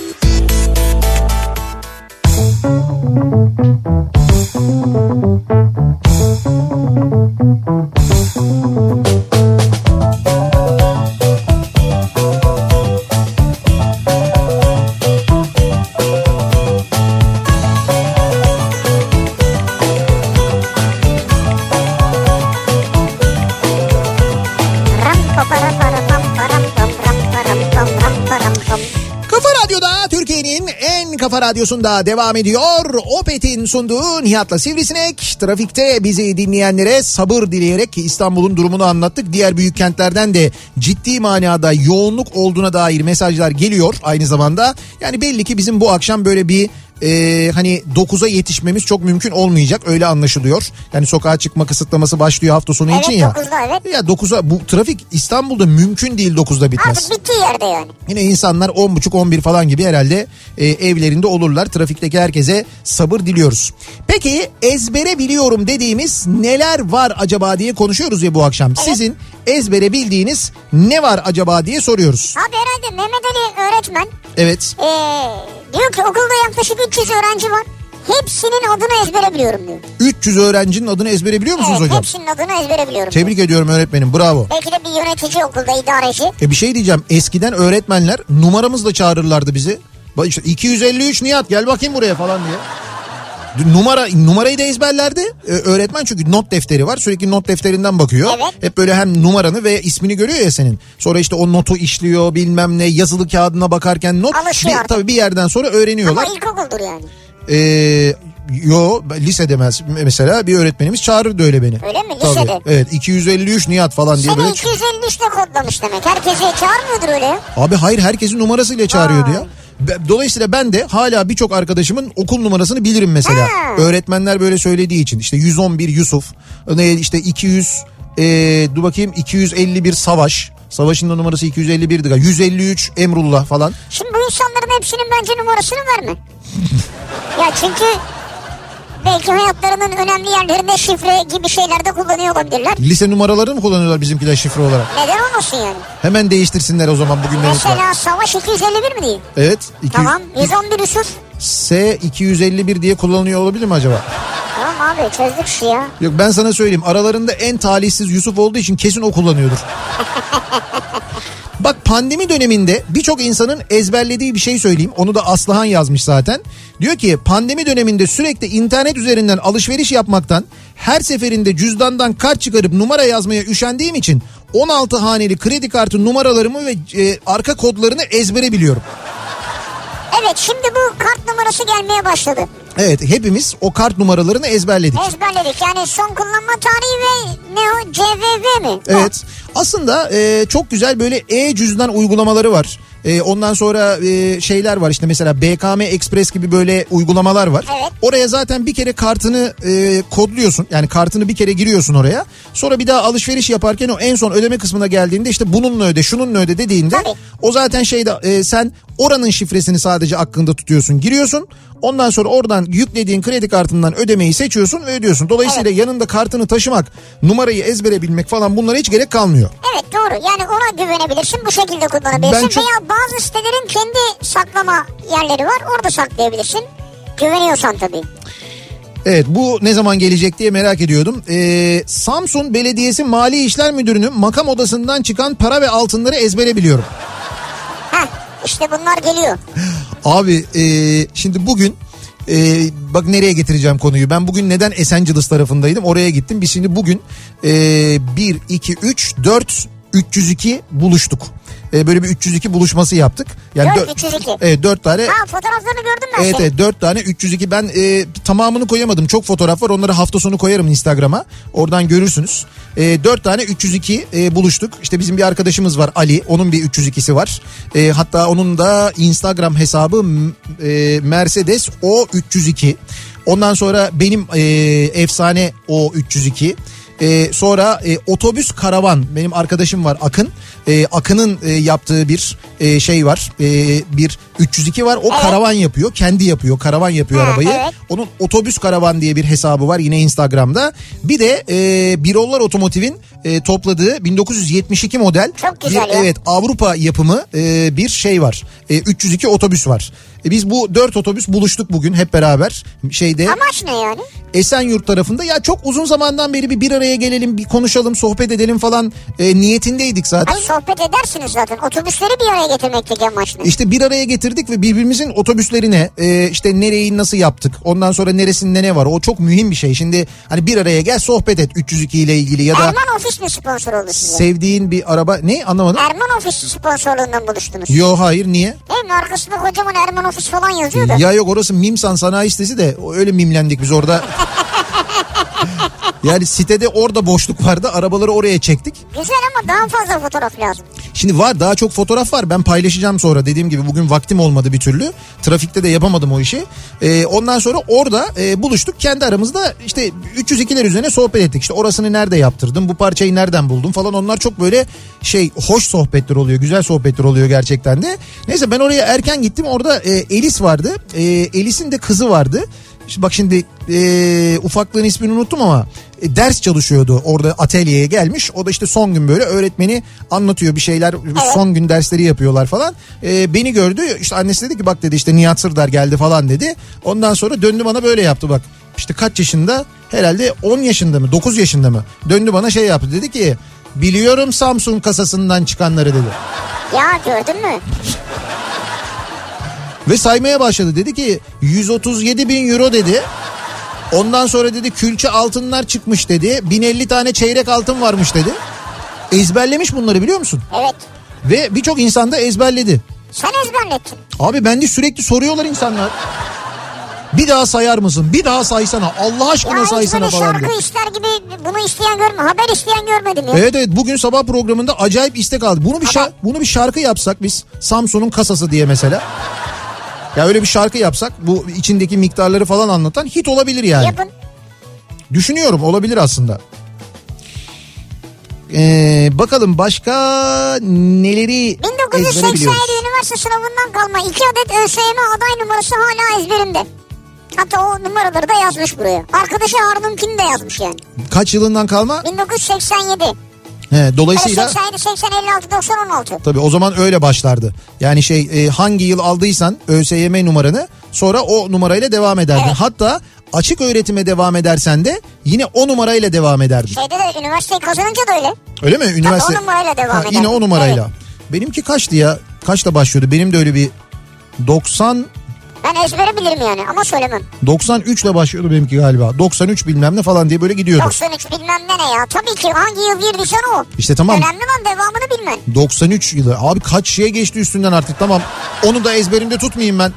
Kafa Radyosu'nda devam ediyor. Opet'in sunduğu Nihat'la Sivrisinek. Trafikte bizi dinleyenlere sabır dileyerek İstanbul'un durumunu anlattık. Diğer büyük kentlerden de ciddi manada yoğunluk olduğuna dair mesajlar geliyor aynı zamanda. Yani belli ki bizim bu akşam böyle bir Ee, hani dokuza yetişmemiz çok mümkün olmayacak, öyle anlaşılıyor. Yani sokağa çıkma kısıtlaması başlıyor hafta sonu evet, için ya. dokuzda evet. Ya dokuza, bu trafik İstanbul'da mümkün değil dokuzda bitmez. Artık bittiği yerde yani. Yine insanlar on buçuk on bir falan gibi herhalde e, evlerinde olurlar. Trafikteki herkese sabır diliyoruz. Peki ezbere biliyorum dediğimiz neler var acaba diye konuşuyoruz ya bu akşam. Evet. Sizin ezbere bildiğiniz ne var acaba diye soruyoruz. Abi herhalde Mehmet Ali öğretmen. Evet. Ee, diyor ki okulda yaklaşık üç yüz öğrenci var. Hepsinin adını ezbere biliyorum diyor. üç yüz öğrencinin adını ezbere biliyor musunuz evet, hocam? Evet, hepsinin adını ezbere biliyorum. Tebrik diyor. ediyorum öğretmenim, bravo. Belki de bir yönetici okulda, idareci. E bir şey diyeceğim, eskiden öğretmenler numaramızla çağırırlardı bizi. Bak işte iki yüz elli üç Nihat gel bakayım buraya falan diye. Numara numarayı da ezberlerdi ee, öğretmen, çünkü not defteri var, sürekli not defterinden bakıyor. Evet. Hep böyle hem numaranı ve ismini görüyor ya senin. Sonra işte o notu işliyor, bilmem ne, yazılı kağıdına bakarken not. Alışıyor. Bir, tabii bir yerden sonra öğreniyorlar. Ama ilkokuldur yani. Ee, yo lisede mesela bir öğretmenimiz çağırırdı öyle beni. Öyle mi, lisede? Tabii, evet, iki yüz elli üç Nihat falan diye seni böyle. iki yüz elli üçle kodlamış demek. Herkesi çağırmıyordur öyle ya. Abi hayır, herkesin numarasıyla çağırıyordu Aa. ya. Dolayısıyla ben de hala birçok arkadaşımın okul numarasını bilirim mesela. Ha. Öğretmenler böyle söylediği için. İşte yüz on bir Yusuf, işte iki yüz e, dur bakayım iki yüz elli bir Savaş. Savaş'ın da numarası iki yüz elli birdi galiba. yüz elli üç Emrullah falan. Şimdi bu insanların hepsinin bence numarasını verme. Ya çünkü Belki hayatlarının önemli yerlerinde şifre gibi şeyler de kullanıyor olabilirler. Lise numaralarını mı kullanıyorlar bizimkiler şifre olarak? Neden olmasın yani? Hemen değiştirsinler o zaman bugünden Mesela itibaren. Savaş iki yüz elli bir mi değil? Evet. iki yüz Tamam. yüz on bir Yusuf. S iki yüz elli bir diye kullanılıyor olabilir mi acaba? Tamam abi çözdük şu ya. Yok ben sana söyleyeyim, aralarında en talihsiz Yusuf olduğu için kesin o kullanıyordur. Bak pandemi döneminde birçok insanın ezberlediği bir şey söyleyeyim. Onu da Aslıhan yazmış zaten. Diyor ki pandemi döneminde sürekli internet üzerinden alışveriş yapmaktan, her seferinde cüzdandan kart çıkarıp numara yazmaya üşendiğim için on altı haneli kredi kartı numaralarımı ve e, arka kodlarını ezbere biliyorum. Evet şimdi bu kart numarası gelmeye başladı. Evet hepimiz o kart numaralarını ezberledik. Ezberledik yani son kullanma tarihi ve ne o C V V mi? Evet aslında e, çok güzel böyle e-cüzdan uygulamaları var. E, ondan sonra e, şeyler var işte mesela B K M Express gibi böyle uygulamalar var. Evet. Oraya zaten bir kere kartını e, kodluyorsun, yani kartını bir kere giriyorsun oraya. Sonra bir daha alışveriş yaparken o en son ödeme kısmına geldiğinde işte bununla öde şununla öde dediğinde Tabii. o zaten şeyde e, sen oranın şifresini sadece aklında tutuyorsun, giriyorsun. Ondan sonra oradan yüklediğin kredi kartından ödemeyi seçiyorsun ve ödüyorsun. Dolayısıyla evet. yanında kartını taşımak, numarayı ezbere bilmek falan bunlara hiç gerek kalmıyor. Evet doğru, yani ona güvenebilirsin, bu şekilde kullanabilirsin. Çok... Veya bazı sitelerin kendi saklama yerleri var, orada saklayabilirsin. Güveniyorsan tabii. Evet, bu ne zaman gelecek diye merak ediyordum. Ee, Samsun Belediyesi Mali İşler Müdürü'nün makam odasından çıkan para ve altınları ezbere biliyorum. Heh, işte bunlar geliyor. Abi e, şimdi bugün e, bak nereye getireceğim konuyu. Ben bugün neden Esenciles tarafındaydım, oraya gittim. Biz şimdi bugün e, bir, iki, üç, dört, üç yüz iki buluştuk. E, böyle bir üç yüz iki buluşması yaptık. Yani dört, üç yüz iki. Evet dört tane. Ha, fotoğraflarını gördüm ben. Evet, evet dört tane üç yüz iki. Ben e, tamamını koyamadım. Çok fotoğraf var. Onları hafta sonu koyarım Instagram'a. Oradan görürsünüz. E, dört tane üç yüz iki e, buluştuk. İşte bizim bir arkadaşımız var Ali. Onun bir üç yüz ikisi var. E, hatta onun da Instagram hesabı e, Mercedes O üç yüz iki. Ondan sonra benim e, efsane O üç yüz iki. Ee, sonra e, otobüs karavan, benim arkadaşım var Akın. Ee, Akın'ın e, yaptığı bir e, şey var. E, bir üç yüz iki var. O evet. karavan yapıyor. Kendi yapıyor. Karavan yapıyor ha, arabayı. Evet. Onun otobüs karavan diye bir hesabı var yine Instagram'da. Bir de e, Birollar Otomotiv'in e, topladığı bin dokuz yüz yetmiş iki model. Çok güzel bir, ya. Evet, Avrupa yapımı e, bir şey var. E, üç yüz iki otobüs var. E, biz bu dört otobüs buluştuk bugün hep beraber. Şeyde. Amaç ne yani? Esenyurt tarafında. Ya çok uzun zamandan beri bir bir araya gelelim, bir konuşalım, sohbet edelim falan e, niyetindeydik zaten. Ha, sohbet edersiniz zaten. Otobüsleri bir araya getirmekteki amaçlı. İşte bir araya getirdik ve birbirimizin otobüslerine e, işte nereyi nasıl yaptık, ondan sonra neresinde ne var, o çok mühim bir şey. Şimdi hani bir araya gel sohbet et üç yüz iki ile ilgili ya da. Erman Ofis mi sponsor oldu size? Sevdiğin bir araba, ne anlamadım. Erman Ofis sponsorluğundan buluştunuz. Yo hayır, niye? Hem arkasında kocaman Erman Ofis falan yazıyor da. Ya yok, orası Mimsan sanayi sitesi de öyle mimlendik biz orada. Yani sitede orada boşluk vardı, arabaları oraya çektik. Güzel ama daha fazla fotoğraf lazım. Şimdi var, daha çok fotoğraf var, ben paylaşacağım sonra, dediğim gibi bugün vaktim olmadı bir türlü. Trafikte de yapamadım o işi. Ee, ondan sonra orada e, buluştuk kendi aramızda, işte üç yüz ikiler üzerine sohbet ettik. İşte orasını nerede yaptırdın, bu parçayı nereden buldun falan, onlar çok böyle şey hoş sohbetler oluyor, güzel sohbetler oluyor gerçekten de. Neyse ben oraya erken gittim, orada e, Elis vardı, e, Elis'in de kızı vardı. İşte bak şimdi e, ufaklığın ismini unuttum ama e, ders çalışıyordu orada, atölyeye gelmiş. O da işte son gün böyle öğretmeni anlatıyor bir şeyler, evet. Son gün dersleri yapıyorlar falan. E, beni gördü, işte annesi dedi ki bak dedi, işte Nihat Sırdar geldi falan dedi. Ondan sonra döndü bana böyle yaptı, bak işte kaç yaşında, herhalde on yaşında mı dokuz yaşında mı, döndü bana şey yaptı, dedi ki biliyorum Samsun kasasından çıkanları dedi. Ya gördün mü? Ve saymaya başladı, dedi ki yüz otuz yedi bin euro dedi. Ondan sonra dedi külçe altınlar çıkmış dedi. bin elli tane çeyrek altın varmış dedi. Ezberlemiş bunları, biliyor musun? Evet. Ve birçok insan da ezberledi. Sen ezberlettin. Abi bende sürekli soruyorlar insanlar. Bir daha sayar mısın? Bir daha saysana. Allah aşkına ya saysana falan. Ya şarkı ister gibi bunu isteyen görme. Haber isteyen görmedim ya. Evet evet, bugün sabah programında acayip istek aldı. Bunu bir, şa- bunu bir şarkı yapsak biz, Samsun'un kasası diye mesela. Ya öyle bir şarkı yapsak, bu içindeki miktarları falan anlatan hit olabilir yani. Yapın. Düşünüyorum, olabilir aslında. Ee, bakalım başka neleri bin dokuz yüz seksen yedi üniversite sınavından kalma iki adet ÖSYM aday numarası hala ezberimde. Hatta o numaraları da yazmış buraya. Arkadaşı Harun'unkini de yazmış yani. Kaç yılından kalma? bin dokuz yüz seksen yedi. He, dolayısıyla seksen yedi, seksen, elli altı, doksan, on altı. Tabii o zaman öyle başlardı. Yani şey e, hangi yıl aldıysan ÖSYM numaranı sonra o numarayla devam ederdin. Evet. Hatta açık öğretime devam edersen de yine o numarayla devam ederdin. Şeyde de üniversiteyi kazanınca da öyle. Öyle mi? Üniversite. Tabii o numarayla devam ha, ederdin. Yine o numarayla. Evet. Benimki kaçtı ya? Kaçla başlıyordu? Benim de öyle bir doksan... Ben ezbere bilirim yani ama söylemem. doksan üç ile başlıyordu benimki galiba. doksan üç bilmem ne falan diye böyle gidiyordu. doksan üç bilmem ne ne ya. Tabii ki hangi yıl girdiysen o. İşte tamam. Önemli olan devamını bilmen. doksan üç yılı. Abi kaç şeye geçti üstünden artık, tamam. Onu da ezberimde tutmayayım ben.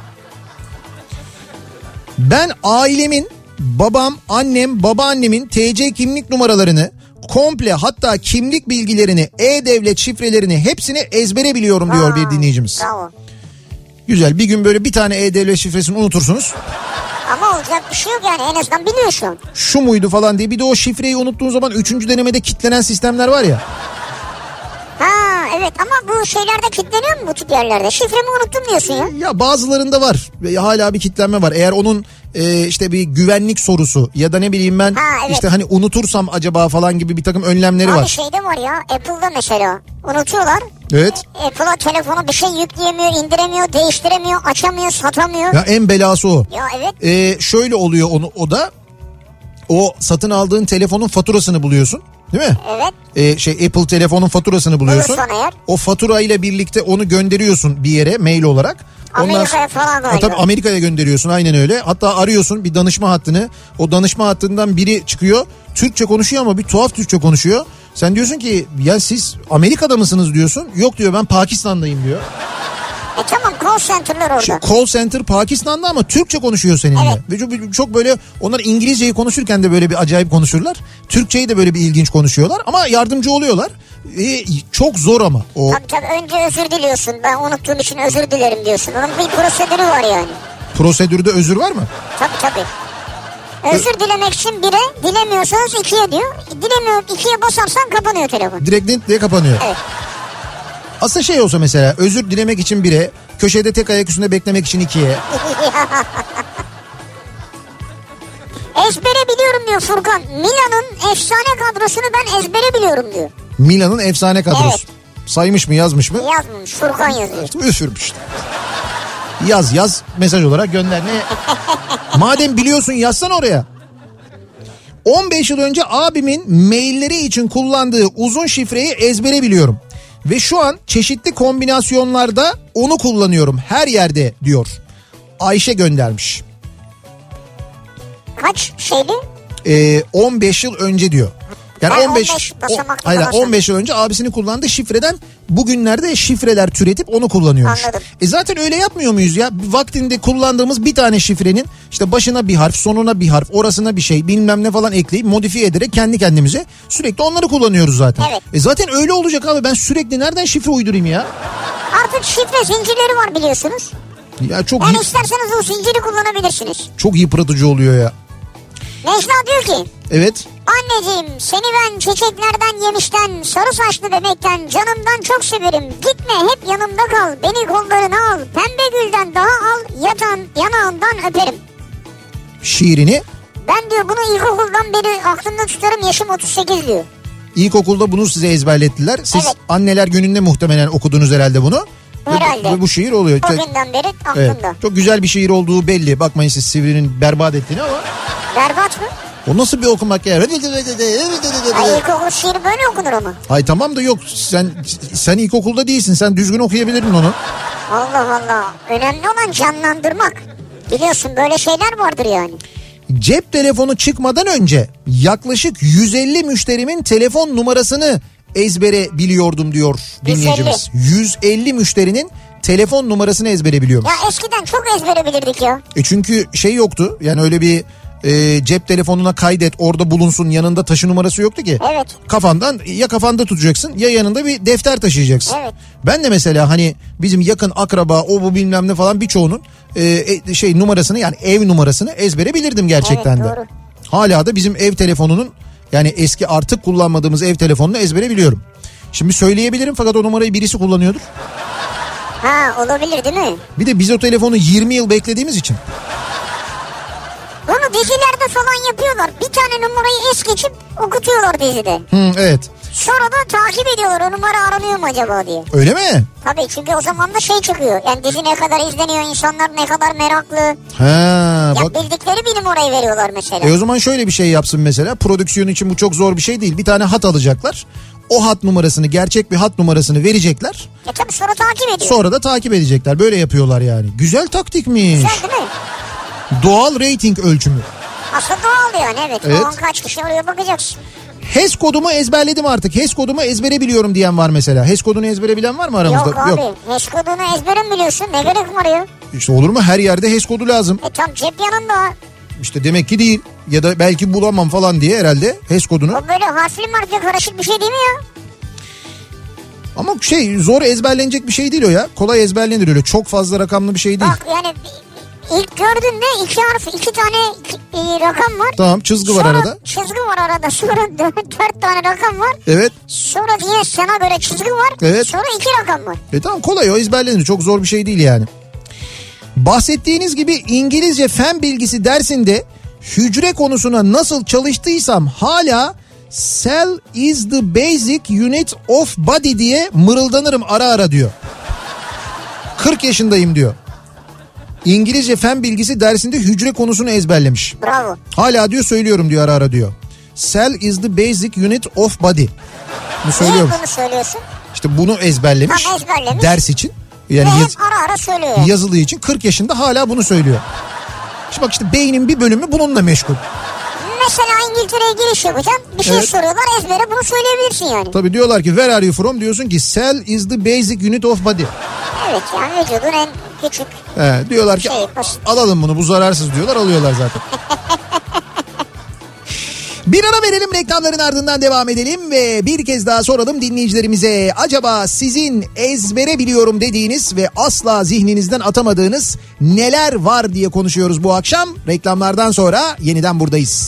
Ben ailemin, babam, annem, babaannemin T C kimlik numaralarını komple, hatta kimlik bilgilerini, e-devlet şifrelerini hepsini ezbere biliyorum diyor Aa, bir dinleyicimiz. Bravo. Güzel, bir gün böyle bir tane e-devlet şifresini unutursunuz. Ama olacak bir şey yok yani, en azından biliyorsun. Şu muydu falan diye, bir de o şifreyi unuttuğun zaman üçüncü denemede kilitlenen sistemler var ya. Ha evet, ama bu şeylerde kilitleniyor mu bu tip yerlerde? Şifremi unuttum diyorsun ya. Ya bazılarında var. Hala bir kilitlenme var. Eğer onun e, işte bir güvenlik sorusu ya da ne bileyim ben, ha, evet. işte hani unutursam acaba falan gibi bir takım önlemleri Abi var. Abi şeyde var ya, Apple'da mesela unutuyorlar. Evet. Apple'a telefona bir şey yükleyemiyor, indiremiyor, değiştiremiyor, açamıyor, satamıyor. Ya en belası o. Ya evet. E, şöyle oluyor onu, o da o satın aldığın telefonun faturasını buluyorsun. Değil mi? Evet. Ee, şey Apple telefonun faturasını buluyorsun. Eğer. O fatura ile birlikte onu gönderiyorsun bir yere mail olarak. Amerika'ya falan öyle. Tabii Amerika'ya gönderiyorsun, aynen öyle. Hatta arıyorsun bir danışma hattını. O danışma hattından biri çıkıyor. Türkçe konuşuyor ama bir tuhaf Türkçe konuşuyor. Sen diyorsun ki ya siz Amerika'da mısınız diyorsun. Yok diyor, ben Pakistan'dayım diyor. E tamam, call center'lar orada. Şu call center Pakistan'da ama Türkçe konuşuyor seninle. Evet. Ve çok, çok böyle, onlar İngilizceyi konuşurken de böyle bir acayip konuşurlar. Türkçeyi de böyle bir ilginç konuşuyorlar ama yardımcı oluyorlar. Ee, çok zor ama. O... Tabii tabii, önce özür diliyorsun. Ben unuttuğum için özür dilerim diyorsun. Onun bir prosedürü var yani. Prosedürde özür var mı? Tabii tabii. Özür dilemek için bire, dilemiyorsanız ikiye diyor. Dilemiyor, ikiye basarsan kapanıyor telefon. Direkt net diye kapanıyor. Evet. Aslında şey olsa mesela, özür dilemek için bire, köşede tek ayak üstünde beklemek için ikiye. Ezbere biliyorum diyor Furkan. Milan'ın efsane kadrosunu ben ezbere biliyorum diyor. Milan'ın efsane kadrosu. Evet. Saymış mı, yazmış mı? Yazmamış, Furkan yazıyor. Üfürmüş. Yaz yaz mesaj olarak gönder. Ne? Madem biliyorsun yazsana oraya. on beş yıl önce abimin mailleri için kullandığı uzun şifreyi ezbere biliyorum. Ve şu an çeşitli kombinasyonlarda onu kullanıyorum her yerde diyor. Ayşe göndermiş. Kaç şeydi? Ee, on beş yıl önce diyor. Yani Ha, on beş, on beş basamaklı hayır, basamak. on beş yıl önce abisinin kullandığı şifreden bugünlerde şifreler türetip onu kullanıyormuş. Anladım. E zaten öyle yapmıyor muyuz ya? Vaktinde kullandığımız bir tane şifrenin işte başına bir harf, sonuna bir harf, orasına bir şey, bilmem ne falan ekleyip modifiye ederek kendi kendimize sürekli onları kullanıyoruz zaten. Evet. E zaten öyle olacak abi, ben sürekli nereden şifre uydurayım ya? Artık şifre zincirleri var biliyorsunuz. Ya çok Yani yıp- isterseniz o zinciri kullanabilirsiniz. çok yıpratıcı oluyor ya. Necla diyor ki, Evet. anneciğim seni ben çiçeklerden, yemişten, sarı saçlı bebekten, canımdan çok severim. Gitme, hep yanımda kal, beni kollarına al, pembe gülden daha al, yatan yanağından öperim. Şiirini Ben diyor bunu ilkokuldan beri aklımda tutarım, yaşım otuz sekiz diyor. ilkokulda bunu size ezberlettiler. Siz Evet. anneler gününde muhtemelen okudunuz herhalde bunu. Herhalde. Ve bu şiir oluyor. O günden beri Evet, aklımda. çok güzel bir şiir olduğu belli. Bakmayın siz Sivri'nin berbat ettiğini ama. Berbat mı? O nasıl bir okumak ya? Ay ilkokul şiiri böyle okunur ama. Ay tamam da yok, sen sen ilkokulda değilsin. Sen düzgün okuyabilirdin onu. Allah Allah. Önemli olan canlandırmak. Biliyorsun böyle şeyler vardır yani. Cep telefonu çıkmadan önce yaklaşık yüz elli müşterimin telefon numarasını ezbere biliyordum diyor dinleyicimiz. yüz elli müşterinin telefon numarasını ezbere biliyormuş. Ya eskiden çok ezbere bilirdik ya. E çünkü şey yoktu yani, öyle bir e, cep telefonuna kaydet orada bulunsun, yanında taşı numarası yoktu ki. Evet. Kafandan, ya kafanda tutacaksın ya yanında bir defter taşıyacaksın. Evet. Ben de mesela hani bizim yakın akraba o bu bilmem ne falan birçoğunun e, şey numarasını, yani ev numarasını ezbere bilirdim gerçekten Evet, de. doğru. Hala da bizim ev telefonunun, yani eski artık kullanmadığımız ev telefonunu ezbere biliyorum. Şimdi söyleyebilirim fakat o numarayı birisi kullanıyordur. Ha olabilir değil mi? Bir de biz o telefonu yirmi yıl beklediğimiz için. arada falan yapıyorlar. Bir tane numarayı es geçip okutuyorlar dizide. Hı, evet. Sonra da takip ediyorlar o numara aranıyor mu acaba diye. Öyle mi? Tabii çünkü o zaman da şey çıkıyor. Yani dizi ne kadar izleniyor, insanlar ne kadar meraklı. Ha, Ya bak. bildikleri bir numarayı veriyorlar mesela. E o zaman şöyle bir şey yapsın mesela. Prodüksiyon için bu çok zor bir şey değil. Bir tane hat alacaklar. O hat numarasını, gerçek bir hat numarasını verecekler. E tabii sonra takip ediyor. Sonra da takip edecekler. Böyle yapıyorlar yani. Güzel taktikmiş. Güzel değil mi? Doğal reyting ölçümü. Aslında doğal yani evet. Evet. O an kaç kişi oraya bakacaksın. H E S kodumu ezberledim artık. H E S kodumu ezbere biliyorum diyen var mesela. H E S kodunu ezbere bilen var mı aramızda? Yok abi. H E S kodunu ezbere mi biliyorsun? Ne gerek var ya? İşte olur mu? Her yerde H E S kodu lazım. E tam cep yanında. İşte demek ki değil. Ya da belki bulamam falan diye herhalde H E S kodunu. O böyle harfli marka karışık bir şey değil mi ya? Ama şey, zor ezberlenecek bir şey değil o ya. Kolay ezberlenir öyle. Çok fazla rakamlı bir şey değil. Bak yani ilk gördüğünde iki harf, iki tane iki, e, rakam var. Tamam, çizgi var Sonra arada. çizgi var arada. Sonra dört, dört tane rakam var. Evet. Sonra diye sana göre çizgi var. Evet. Sonra iki rakam var. E tamam, kolay o, ezberlenir. Çok zor bir şey değil yani. Bahsettiğiniz gibi İngilizce fen bilgisi dersinde hücre konusuna nasıl çalıştıysam hala cell is the basic unit of body diye mırıldanırım ara ara diyor. kırk yaşındayım diyor. İngilizce fen bilgisi dersinde hücre konusunu ezberlemiş. Bravo. Hala diyor söylüyorum diyor ara ara diyor. Cell is the basic unit of body. Bunu söylüyorum. Niye bunu söylüyorsun? İşte bunu ezberlemiş. Tamam, ezberlemiş. Ders için. Yani Ve yaz, hep ara ara söylüyor. Yani. yazılı için kırk yaşında hala bunu söylüyor. Şimdi bak, işte beynin bir bölümü bununla meşgul. Mesela İngiltere'ye giriş yapacaksın. Bir şey Evet. soruyorlar, ezbere bunu söyleyebilirsin yani. Tabii diyorlar ki where are you from, diyorsun ki cell is the basic unit of body. Evet yani vücudun en küçük. He, diyorlar ki Şey, basit. alalım bunu, bu zararsız diyorlar, alıyorlar zaten. Bir ara verelim, reklamların ardından devam edelim ve bir kez daha soralım dinleyicilerimize. Acaba sizin ezbere biliyorum dediğiniz ve asla zihninizden atamadığınız neler var diye konuşuyoruz bu akşam. Reklamlardan sonra yeniden buradayız.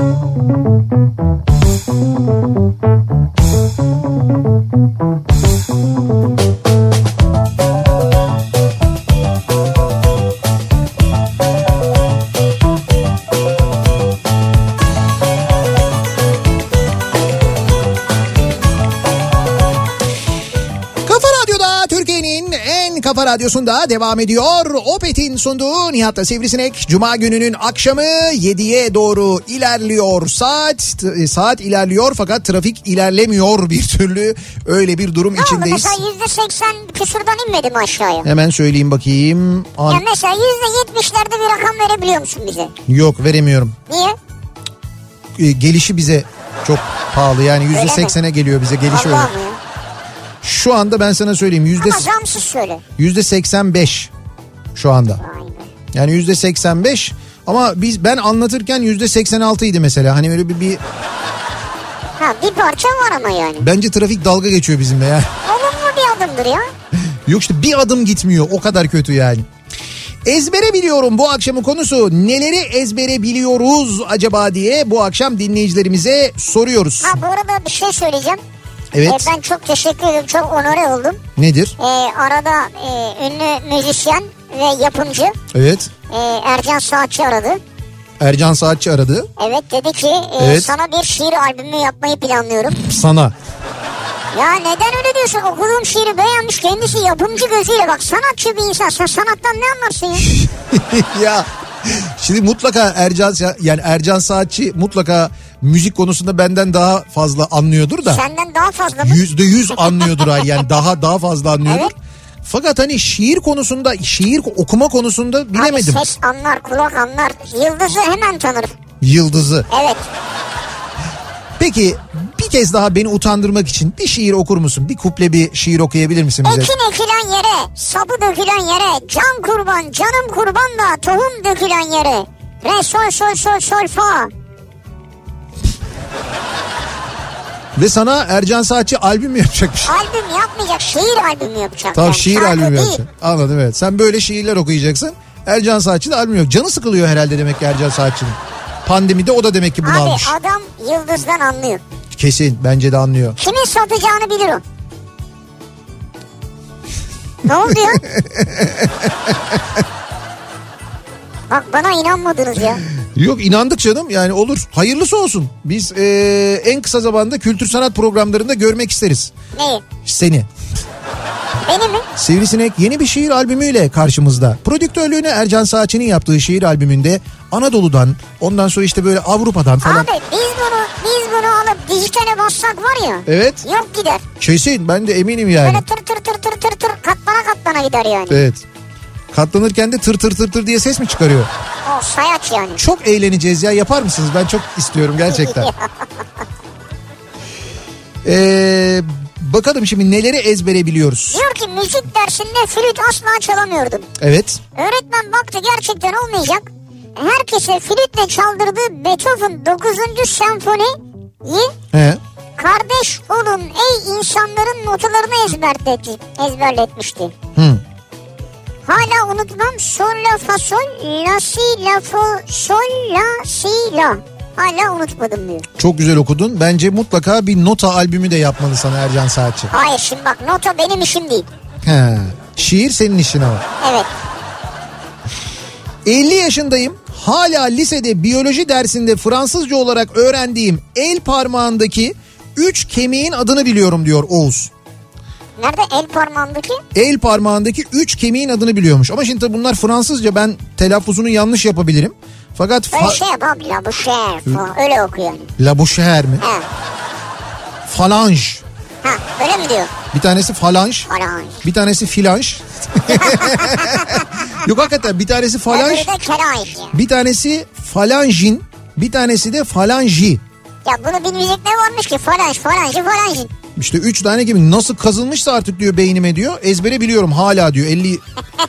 Kafa Radyosu'nda devam ediyor. Opet'in sunduğu Nihat'la Sivrisinek. Cuma gününün akşamı yediye doğru ilerliyor saat. Saat ilerliyor fakat trafik ilerlemiyor bir türlü. Öyle bir durum ne içindeyiz. Ne oldu mesela yüzde seksen küsurdan inmedi mi aşağıya? Hemen söyleyeyim bakayım. An... Ya mesela yüzde yetmişlerde bir rakam verebiliyor musun bize? Yok, veremiyorum. Niye? Ee, gelişi bize çok pahalı, yani yüzde seksene geliyor bize gelişi öyle. Allah'ım ya. Şu anda ben sana söyleyeyim yüzde Ama zamsız söyle. yüzde seksen beş şu anda. Vay be. Yani yüzde seksen beş ama biz ben anlatırken yüzde seksen altıydı mesela. Hani öyle bir, bir Ha bir parça var ama yani. bence trafik dalga geçiyor bizimle ya. Olumlu bir adımdır ya. Yok işte bir adım gitmiyor, o kadar kötü yani. Ezbere biliyorum bu akşamın konusu. Neleri ezbere biliyoruz acaba diye bu akşam dinleyicilerimize soruyoruz. Ha bu arada bir şey söyleyeceğim. Evet. Ee, ben çok teşekkür ederim. Çok onore oldum. Nedir? Ee, arada e, ünlü müzisyen ve yapımcı Evet. e, Ercan Saatçi aradı. Ercan Saatçi aradı. Evet dedi ki e, Evet. sana bir şiir albümü yapmayı planlıyorum. Sana. Ya neden öyle diyorsun? Okuduğum şiiri beğenmiş, kendisi yapımcı gözüyle, bak sanatçı bir insan, sen sanattan ne anlarsın ya? Ya şimdi mutlaka Ercan, yani Ercan Saatçi mutlaka müzik konusunda benden daha fazla anlıyordur da. Senden daha fazla mı? Yüzde yüz anlıyordur yani daha daha fazla anlıyordur. Evet. Fakat hani şiir konusunda, şiir okuma konusunda bilemedim. Abi ses anlar, kulak anlar, yıldızı hemen tanır. Yıldızı. Evet. Peki bir kez daha beni utandırmak için bir şiir okur musun? Bir kuple bir şiir okuyabilir misin bize? Ekin ekilen yere, sapı dökülen yere, can kurban, canım kurban da tohum dökülen yere. Re sol sol sol sol fa. Ve sana Ercan Saatçi albüm mü yapacakmış? Albüm yapmayacak, şiir albümü yapacak. Tamam, yani. şiir Şarkı albümü değil. yapacak. Anladım, evet. Sen böyle şiirler okuyacaksın. Ercan Saatçi de albüm yok. Canı sıkılıyor herhalde demek ki Ercan Saatçi'nin. Pandemide o da demek ki bunu Abi almış. adam yıldızdan anlıyor. Kesin, bence de anlıyor. Kimin satacağını bilir o. Ne oldu ya? Bak bana inanmadınız ya. Yok inandık canım yani olur. Hayırlısı olsun. Biz ee, en kısa zamanda kültür sanat programlarında görmek isteriz. Neyi? Seni. Beni mi? Sivrisinek yeni bir şiir albümüyle karşımızda. Prodüktörlüğünü Ercan Saatçı'nın yaptığı şiir albümünde Anadolu'dan, ondan sonra işte böyle Avrupa'dan falan. Abi biz bunu biz bunu alıp dijitale bassak var ya. Evet. Yok gider. Kesin ben de eminim yani. Böyle tır tır tır tır tır tır katlana katlana gider yani. Evet. Katlanırken de tır tır tır tır diye ses mi çıkarıyor? O sayaç yani. Çok eğleneceğiz ya, yapar mısınız? Ben çok istiyorum gerçekten. Eee... Bakalım şimdi neleri ezbere biliyoruz. Diyor ki müzik dersinde flüt asla çalamıyordum. Evet. Öğretmen baktı gerçekten olmayacak. Herkese flütle çaldırdığı Beethoven dokuzuncu senfoniyi He. kardeş olun ey insanların notalarını ezberletti, ezberletmişti. Hı. Hala unutmam sol la fa sol la si la fa sol la si la. Hala unutmadım diyor. Çok güzel okudun. Bence mutlaka bir nota albümü de yapmalı sana Ercan Saatçi. Hayır şimdi bak nota benim işim değil. He. Şiir senin işin ama. Evet. elli yaşındayım. Hala lisede biyoloji dersinde Fransızca olarak öğrendiğim el parmağındaki üç kemiğin adını biliyorum diyor Oğuz. Nerede el parmağındaki? El parmağındaki üç kemiğin adını biliyormuş. Ama şimdi tabii bunlar Fransızca, ben telaffuzunu yanlış yapabilirim. Fakat... Öyle Fa- şey yap abi la bouchère falan öyle okuyor yani. La bouchère mi? He. Falange. Ha öyle mi diyor? Bir tanesi falange. Falange. Bir tanesi filange. Yok hakikaten bir tanesi falange. Öbürü de keranj yani. Bir tanesi falangin. Bir tanesi de falanji. Ya bunu bilmeyecek ne varmış ki? Falanj, falanji, falanjin. İşte üç tane gibi nasıl kazınmışsa artık diyor beynime diyor. Ezbere biliyorum hala diyor. elli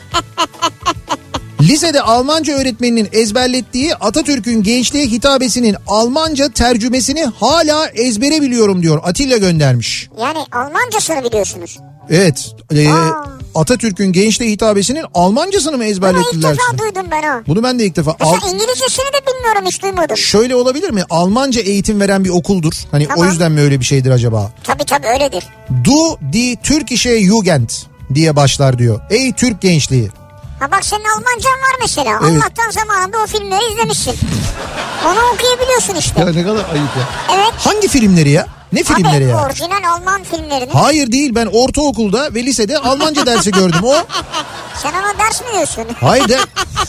Lisede Almanca öğretmeninin ezberlettiği Atatürk'ün gençliğe hitabesinin Almanca tercümesini hala ezbere biliyorum diyor. Atilla göndermiş. Yani Almancasını biliyorsunuz. Evet. E, Aa. Atatürk'ün gençliğe hitabesinin Almancasını mı Bunu ilk ezberlettiler? defa size? duydum ben ha. Bunu ben de ilk defa. Mesela Al- İngilizcesini de bilmiyorum, hiç duymadım. Şöyle olabilir mi? Almanca eğitim veren bir okuldur. Hani Tamam. o yüzden mi öyle bir şeydir acaba? Tabii tabii öyledir. Du die Türkische Jugend diye başlar diyor. Ey Türk gençliği. Ha bak senin Almancan var mesela. Evet. Allah'tan zamanında o filmleri izlemişsin. Onu okuyabiliyorsun işte. Ya ne kadar ayıp ya. Evet. Hangi filmleri ya? Ne filmleri Abi ya? orijinal Alman filmlerini. Hayır değil, ben ortaokulda ve lisede Almanca dersi gördüm. O Sen ona ders mi diyorsun? hayır de.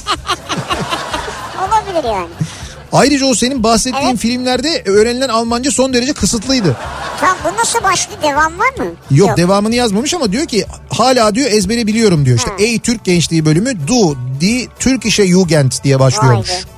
Olabilir yani. Ayrıca o senin bahsettiğin Evet. filmlerde öğrenilen Almanca son derece kısıtlıydı. Tamam, bu nasıl başlıyor? Devam var mı? Yok, devamını yazmamış ama diyor ki hala diyor ezbere biliyorum diyor. İşte Ha. Ey Türk Gençliği bölümü Du die Türkische Jugend diye başlıyormuş. Vay be.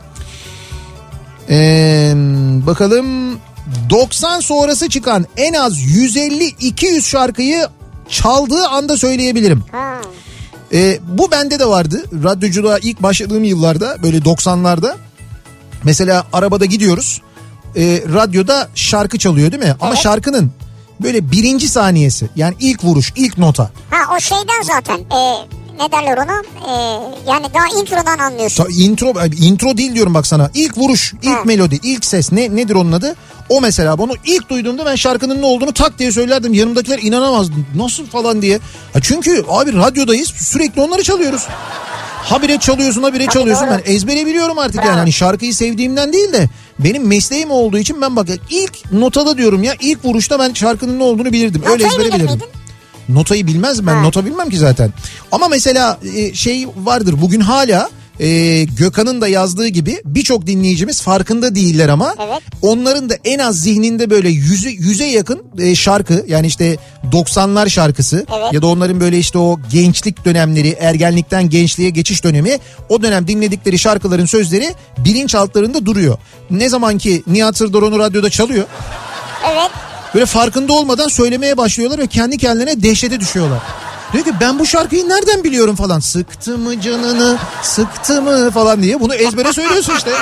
Ee, bakalım doksan sonrası çıkan en az yüz elli iki yüz şarkıyı çaldığı anda söyleyebilirim. Ha. Ee, bu bende de vardı. Radyoculuğa ilk başladığım yıllarda, böyle doksanlarda. Mesela arabada gidiyoruz. Ee, radyoda şarkı çalıyor değil mi? Ama Evet. şarkının böyle birinci saniyesi, yani ilk vuruş, ilk nota. Ha o şeyden zaten. E, ne derler ona? E, yani daha introdan anlıyorsun. Ta- intro intro değil diyorum bak sana. İlk vuruş, ilk Ha. melodi, ilk ses, ne nedir onun adı? O mesela bunu ilk duyduğumda ben şarkının ne olduğunu tak diye söylerdim. Yanımdakiler inanamazdı. Nasıl falan diye. Ha çünkü abi radyodayız, sürekli onları çalıyoruz. Habire çalıyorsun, habire Tabii çalıyorsun. doğru. Ben ezbere biliyorum artık. Bravo. Yani. Hani şarkıyı sevdiğimden değil de benim mesleğim olduğu için ben bak ilk notada diyorum ya, ilk vuruşta ben şarkının ne olduğunu bilirdim. Öyle Notayı ezbere bilir bilirdim. miydin? Notayı bilmez ben. Ha. Nota bilmem ki zaten. Ama mesela e, şey vardır bugün hala e, Gökhan'ın da yazdığı gibi birçok dinleyicimiz farkında değiller ama Evet. onların da en az zihninde böyle yüze, yüze yakın e, şarkı, yani işte doksanlar şarkısı Evet. ya da onların böyle işte o gençlik dönemleri, ergenlikten gençliğe geçiş dönemi, o dönem dinledikleri şarkıların sözleri bilinçaltlarında duruyor. Ne zaman ki Nihat Sırdar onu radyoda çalıyor, Evet. böyle farkında olmadan söylemeye başlıyorlar ve kendi kendilerine dehşete düşüyorlar. Diyor ki ben bu şarkıyı nereden biliyorum falan. Sıktı mı canını, sıktı mı falan diye bunu ezbere söylüyorsun işte.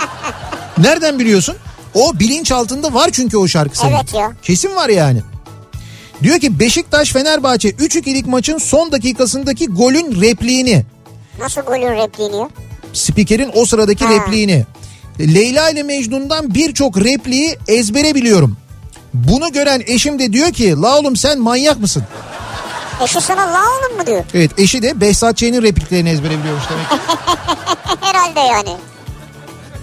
Nereden biliyorsun? O bilinç altında var çünkü o şarkı senin. Evet ya. Kesin var yani. Diyor ki Beşiktaş Fenerbahçe üç ikilik maçın son dakikasındaki golün repliğini, Nasıl golün repliğini ya? spikerin o sıradaki Ha. repliğini, Leyla ile Mecnun'dan birçok repliği ezbere biliyorum. Bunu gören eşim de diyor ki la oğlum sen manyak mısın? Eşi sana la oğlum mu diyor? Evet, eşi de Behzat Ç'nin repliklerini ezbere biliyormuş demek ki. Herhalde yani.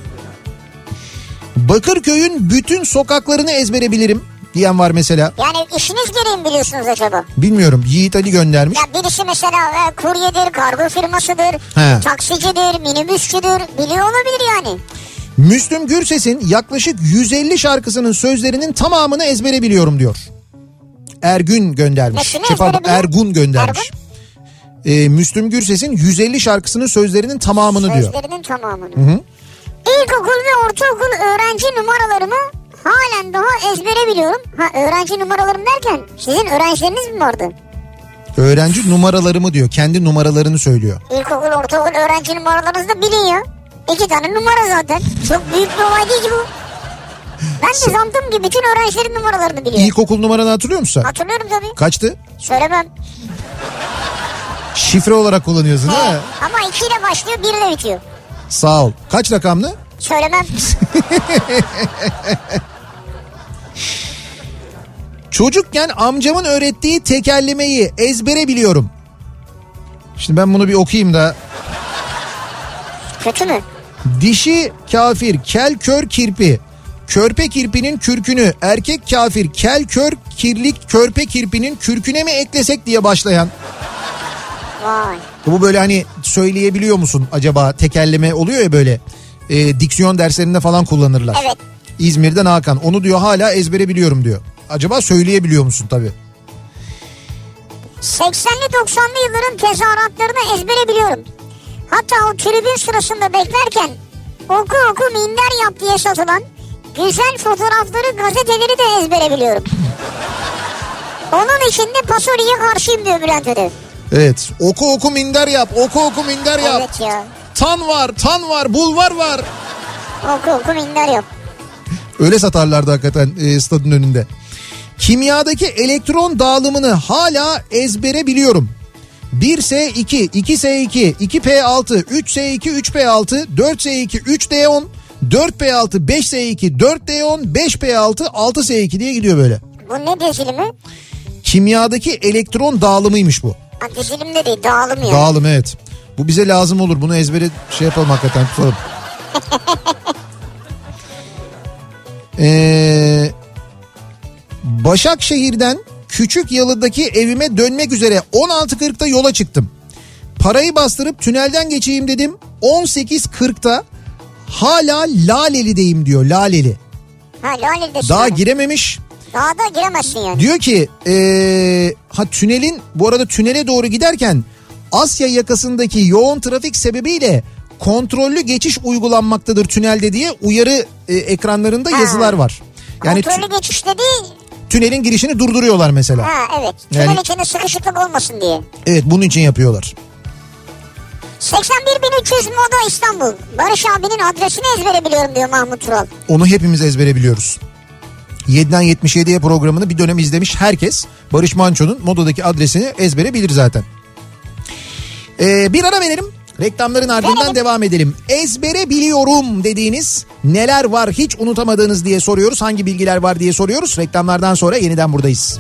Bakırköy'ün bütün sokaklarını ezbere bilirim diyen var mesela. Yani işiniz gereği mi biliyorsunuz acaba? Bilmiyorum. Yiğit Ali göndermiş. Ya birisi mesela e, kuryedir, kargo firmasıdır, He. taksicidir, minibüsçüdür. Biliyor olabilir yani. Müslüm Gürses'in yaklaşık yüz elli şarkısının sözlerinin tamamını ezbere biliyorum diyor. Ergün göndermiş. Nesini Şey, pardon, ezbere biliyor? Ergun göndermiş. Ee, Müslüm Gürses'in yüz elli şarkısının sözlerinin tamamını diyor. Sözlerinin tamamını. Hı hı. İlkokul ve ortaokul öğrenci numaralarımı halen daha ezbere biliyorum. Ha, öğrenci numaralarım derken sizin öğrencileriniz mi vardı? Öğrenci numaralarımı diyor. Kendi numaralarını söylüyor. İlkokul, ortaokul öğrenci numaralarınızı da bilin ya. İki tane numara zaten. Çok büyük bir olay değil ki bu. Ben de zannettim ki bütün öğrencilerin numaralarını biliyorum. İlkokul numaranı hatırlıyor musun sen? Hatırlıyorum tabii. Kaçtı? Söylemem. Şifre olarak kullanıyorsun değil mi? Ama iki ile başlıyor, bir ile bitiyor. Sağ ol. Kaç rakamlı? Söylemem. Çocukken amcamın öğrettiği tekerlemeyi ezbere biliyorum. Şimdi ben bunu bir okuyayım da. Kötü mü? Dişi kafir kel kör kirpi. Körpe kirpinin kürkünü erkek kafir kel kör kirlik körpe kirpinin kürküne mi eklesek diye başlayan. Vay. Bu böyle hani söyleyebiliyor musun acaba, tekerleme oluyor ya böyle. E, diksiyon derslerinde falan kullanırlar. Evet. İzmir'den Hakan onu diyor hala ezbere biliyorum diyor. Acaba söyleyebiliyor musun tabii. seksenli doksanlı yılların tezahüratlarını ezbere biliyorum. Hatta o tribün sırasında beklerken oku oku minder yap diye satılan güzel fotoğrafları, gazeteleri de ezbere biliyorum. Onun için de Pasori'ye karşıyım diyor Bülent Ödev. Evet, oku oku minder yap, oku oku minder yap. Evet ya. Tan var, tan var, bulvar var. Oku oku minder yap. Öyle satarlardı hakikaten e, stadın önünde. Kimyadaki elektron dağılımını hala ezbere biliyorum. bir S iki, iki S iki, iki P altı, üç S iki, üç P altı, dört S iki, üç D on, dört P altı, beş S iki, dört D on, beş P altı, altı S iki diye gidiyor böyle. Bu ne dizilimi? Kimyadaki elektron dağılımıymış bu. Ha, dizilim de değil, dağılım ya. Dağılım, evet. Bu bize lazım olur. Bunu ezbere şey yapalım hakikaten, tutalım. Ee, Başakşehir'den Küçükyalı'daki evime dönmek üzere on altı kırkta yola çıktım. Parayı bastırıp tünelden geçeyim dedim. on sekiz kırkta hala Laleli'deyim diyor. Laleli. Ha, Laleli'desin. Daha yani. girememiş. Daha da giremezsin yani. Diyor ki ee, ha tünelin bu arada tünele doğru giderken Asya yakasındaki yoğun trafik sebebiyle kontrollü geçiş uygulanmaktadır tünelde diye uyarı e, ekranlarında Ha. yazılar var. Yani Kontrollü tü- geçiş dediği... tünelin girişini durduruyorlar mesela. Ha evet. Tünel Yani- içinde sıkışıklık olmasın diye. Evet, bunun için yapıyorlar. seksen bir bin üç yüz Moda İstanbul. Barış abinin adresini ezbere biliyorum diyor Mahmut Tural. Onu hepimiz ezbere biliyoruz. yediden yetmiş yediye programını bir dönem izlemiş herkes Barış Manço'nun Moda'daki adresini ezbere bilir zaten. Ee, bir ara verelim. Reklamların ardından Verelim. devam edelim. Ezbere biliyorum dediğiniz neler var, hiç unutamadığınız diye soruyoruz. Hangi bilgiler var diye soruyoruz. Reklamlardan sonra yeniden buradayız.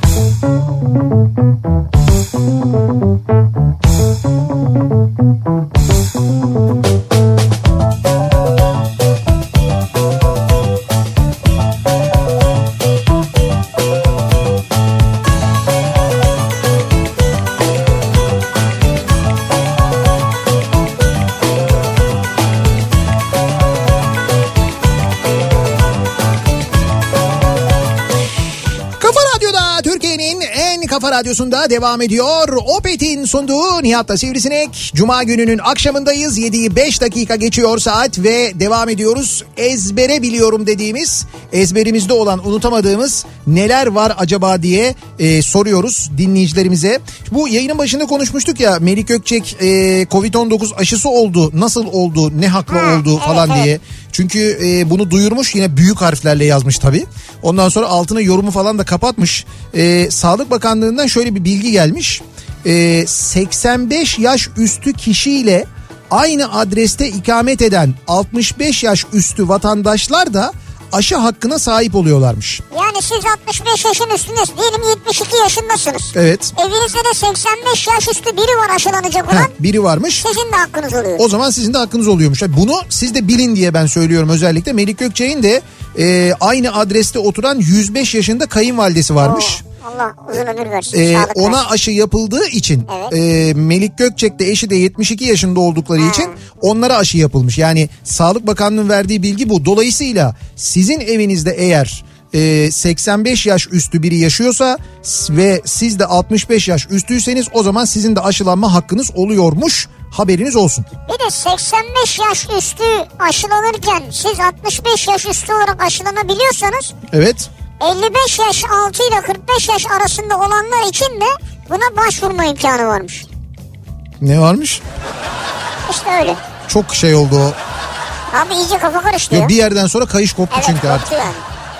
Kafa Radyosu'nda devam ediyor. Opet'in sunduğu Nihat'la Sivrisinek. Cuma gününün akşamındayız. yediyi beş dakika geçiyor saat ve devam ediyoruz. Ezbere biliyorum dediğimiz, ezberimizde olan, unutamadığımız neler var acaba diye e, soruyoruz dinleyicilerimize. Bu yayının başında konuşmuştuk ya, Melik Gökçek e, kovid on dokuz aşısı oldu. Nasıl oldu, ne hakla Ha, oldu evet, falan evet. diye. Çünkü e, bunu duyurmuş, yine büyük harflerle yazmış tabii. Ondan sonra altına yorumu falan da kapatmış. E, Sağlık Bakanlığı'ndan şöyle bir bilgi gelmiş. E, seksen beş yaş üstü kişiyle aynı adreste ikamet eden altmış beş yaş üstü vatandaşlar da aşı hakkına sahip oluyorlarmış. Yani siz altmış beş yaşın üstünüz, diyelim yetmiş iki yaşındasınız. Evet. Evinizde de seksen beş yaş üstü biri var aşılanacak olan. Heh, biri varmış. Sizin de hakkınız oluyor. O zaman sizin de hakkınız oluyormuş. Bunu siz de bilin diye ben söylüyorum özellikle. Melik Gökçek'in de Ee, aynı adreste oturan yüz beş yaşında kayınvalidesi varmış. Oo, Allah uzun ömür versin. Ee, Sağlık ona versin. aşı yapıldığı için Evet. e, Melik Gökçek de eşi de yetmiş iki yaşında oldukları Ha. için onlara aşı yapılmış. Yani Sağlık Bakanlığı'nın verdiği bilgi bu. Dolayısıyla sizin evinizde eğer e, seksen beş yaş üstü biri yaşıyorsa ve siz de altmış beş yaş üstüyseniz o zaman sizin de aşılanma hakkınız oluyormuş. Haberiniz olsun. Bir de seksen beş yaş üstü aşılanırken siz altmış beş yaş üstü olarak aşılanabiliyorsanız Evet. elli beş yaş altı ile kırk beş yaş arasında olanlar için de buna başvurma imkanı varmış. Ne varmış? İşte öyle. Çok şey oldu o. Abi iyice kafa karıştı Yo, ya. bir yerden sonra kayış koptu Evet, çünkü artık. koptu yani.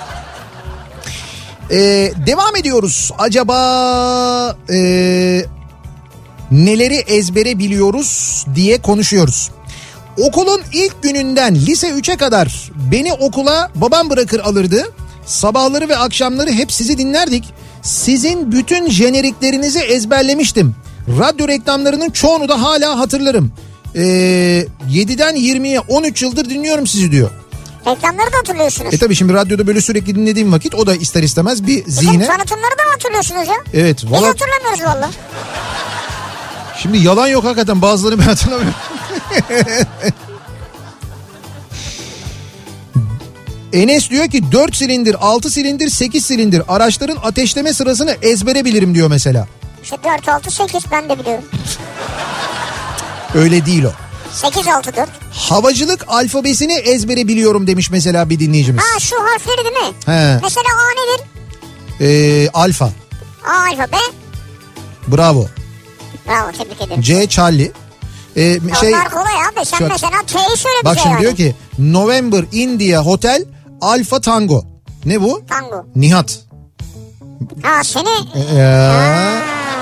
Ee, devam ediyoruz. Acaba e, neleri ezbere biliyoruz diye konuşuyoruz. Okulun ilk gününden lise üçe kadar beni okula babam bırakır alırdı. Sabahları ve akşamları hep sizi dinlerdik. Sizin bütün jeneriklerinizi ezberlemiştim. Radyo reklamlarının çoğunu da hala hatırlarım. Ee, yediden yirmiye on üç yıldır dinliyorum sizi diyor. Reklamları da hatırlıyorsunuz. E tabii şimdi radyoda böyle sürekli dinlediğim vakit o da ister istemez bir Bizim zihne. tanıtımları da hatırlıyorsunuz ya. Evet. Biz Valla hatırlamıyoruz valla. şimdi yalan yok hakikaten, bazılarını ben hatırlamıyorum. Enes diyor ki dört silindir, altı silindir, sekiz silindir araçların ateşleme sırasını ezbere bilirim diyor mesela. İşte dört altı sekiz ben de biliyorum. Öyle değil o. sekiz altı dört. Havacılık alfabesini ezbere biliyorum demiş mesela bir dinleyicimiz. Ha şu harfleri değil mi? He. Mesela A nedir? Ee, alfa. A alfabe. Bravo. Bravo, tebrik ederim. C Charlie. Ee, şey, Onlar kolay abi. Sen Şu- mesela T'yi söyle bak bize şimdi yani. diyor ki November India Hotel Alfa Tango. Ne bu? Tango. Nihat. Ha seni. Ee,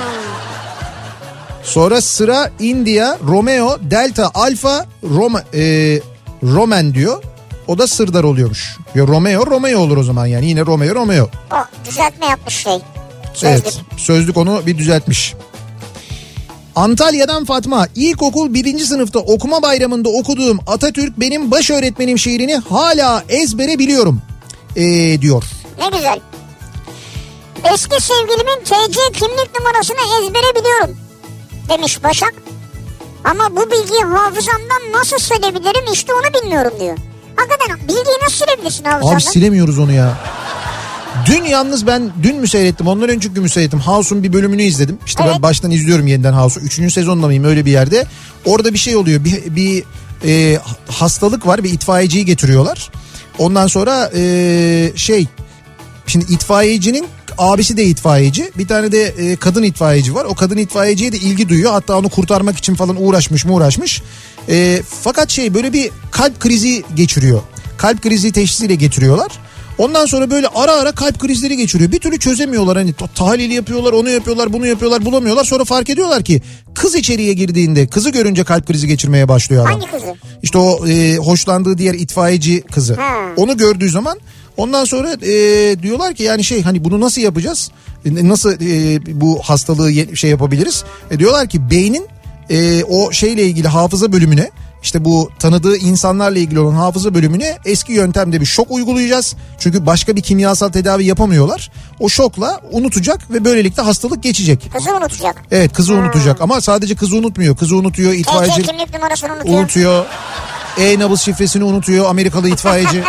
sonra sıra India Romeo Delta Alfa Roma, e, Roman diyor. O da Sırdar oluyormuş. Ya Romeo Romeo olur o zaman, yani yine Romeo Romeo. O düzeltme yapmış şey. Sözlük. Evet, sözlük onu bir düzeltmiş. Antalya'dan Fatma, ilkokul birinci sınıfta okuma bayramında okuduğum Atatürk benim baş öğretmenim şiirini hala ezbere biliyorum ee, diyor. Ne güzel. Eski sevgilimin T C kimlik numarasını ezbere biliyorum demiş Başak. Ama bu bilgiyi hafızamdan nasıl silebilirim, işte onu bilmiyorum diyor. Hakikaten bilgiyi nasıl silebilirsin hafızandan? Abi silemiyoruz onu ya. Dün yalnız ben dün mü seyrettim, ondan önceki gün mü seyrettim, House'un bir bölümünü izledim. İşte Evet. ben baştan izliyorum yeniden House'u. Üçüncü sezonda mıyım öyle bir yerde. Orada bir şey oluyor, bir, bir e, hastalık var, bir itfaiyeciyi getiriyorlar. Ondan sonra e, şey şimdi itfaiyecinin abisi de itfaiyeci, bir tane de e, kadın itfaiyeci var. O kadın itfaiyeciye de ilgi duyuyor, hatta onu kurtarmak için falan uğraşmış mı uğraşmış. E, fakat şey böyle bir kalp krizi geçiriyor. Kalp krizi teşhisiyle getiriyorlar. Ondan sonra böyle ara ara kalp krizleri geçiriyor. Bir türlü çözemiyorlar, hani tahlili yapıyorlar, onu yapıyorlar, bunu yapıyorlar, bulamıyorlar. Sonra fark ediyorlar ki kız içeriye girdiğinde, kızı görünce kalp krizi geçirmeye başlıyor adam. Hangi kızı? İşte o e, hoşlandığı diğer itfaiyeci kızı. Ha. Onu gördüğü zaman ondan sonra e, diyorlar ki yani şey hani bunu nasıl yapacağız? E, Nasıl e, bu hastalığı ye- şey yapabiliriz? E, diyorlar ki beynin e, o şeyle ilgili hafıza bölümüne, işte bu tanıdığı insanlarla ilgili olan hafıza bölümüne eski yöntemde bir şok uygulayacağız. Çünkü başka bir kimyasal tedavi yapamıyorlar. O şokla unutacak ve böylelikle hastalık geçecek. Kızı unutacak. Evet, kızı unutacak ama sadece kızı unutmuyor. Kızı unutuyor, T C itfaiyeci kimlik numarasını unutuyor. unutuyor. E-nabız şifresini unutuyor Amerikalı itfaiyeci.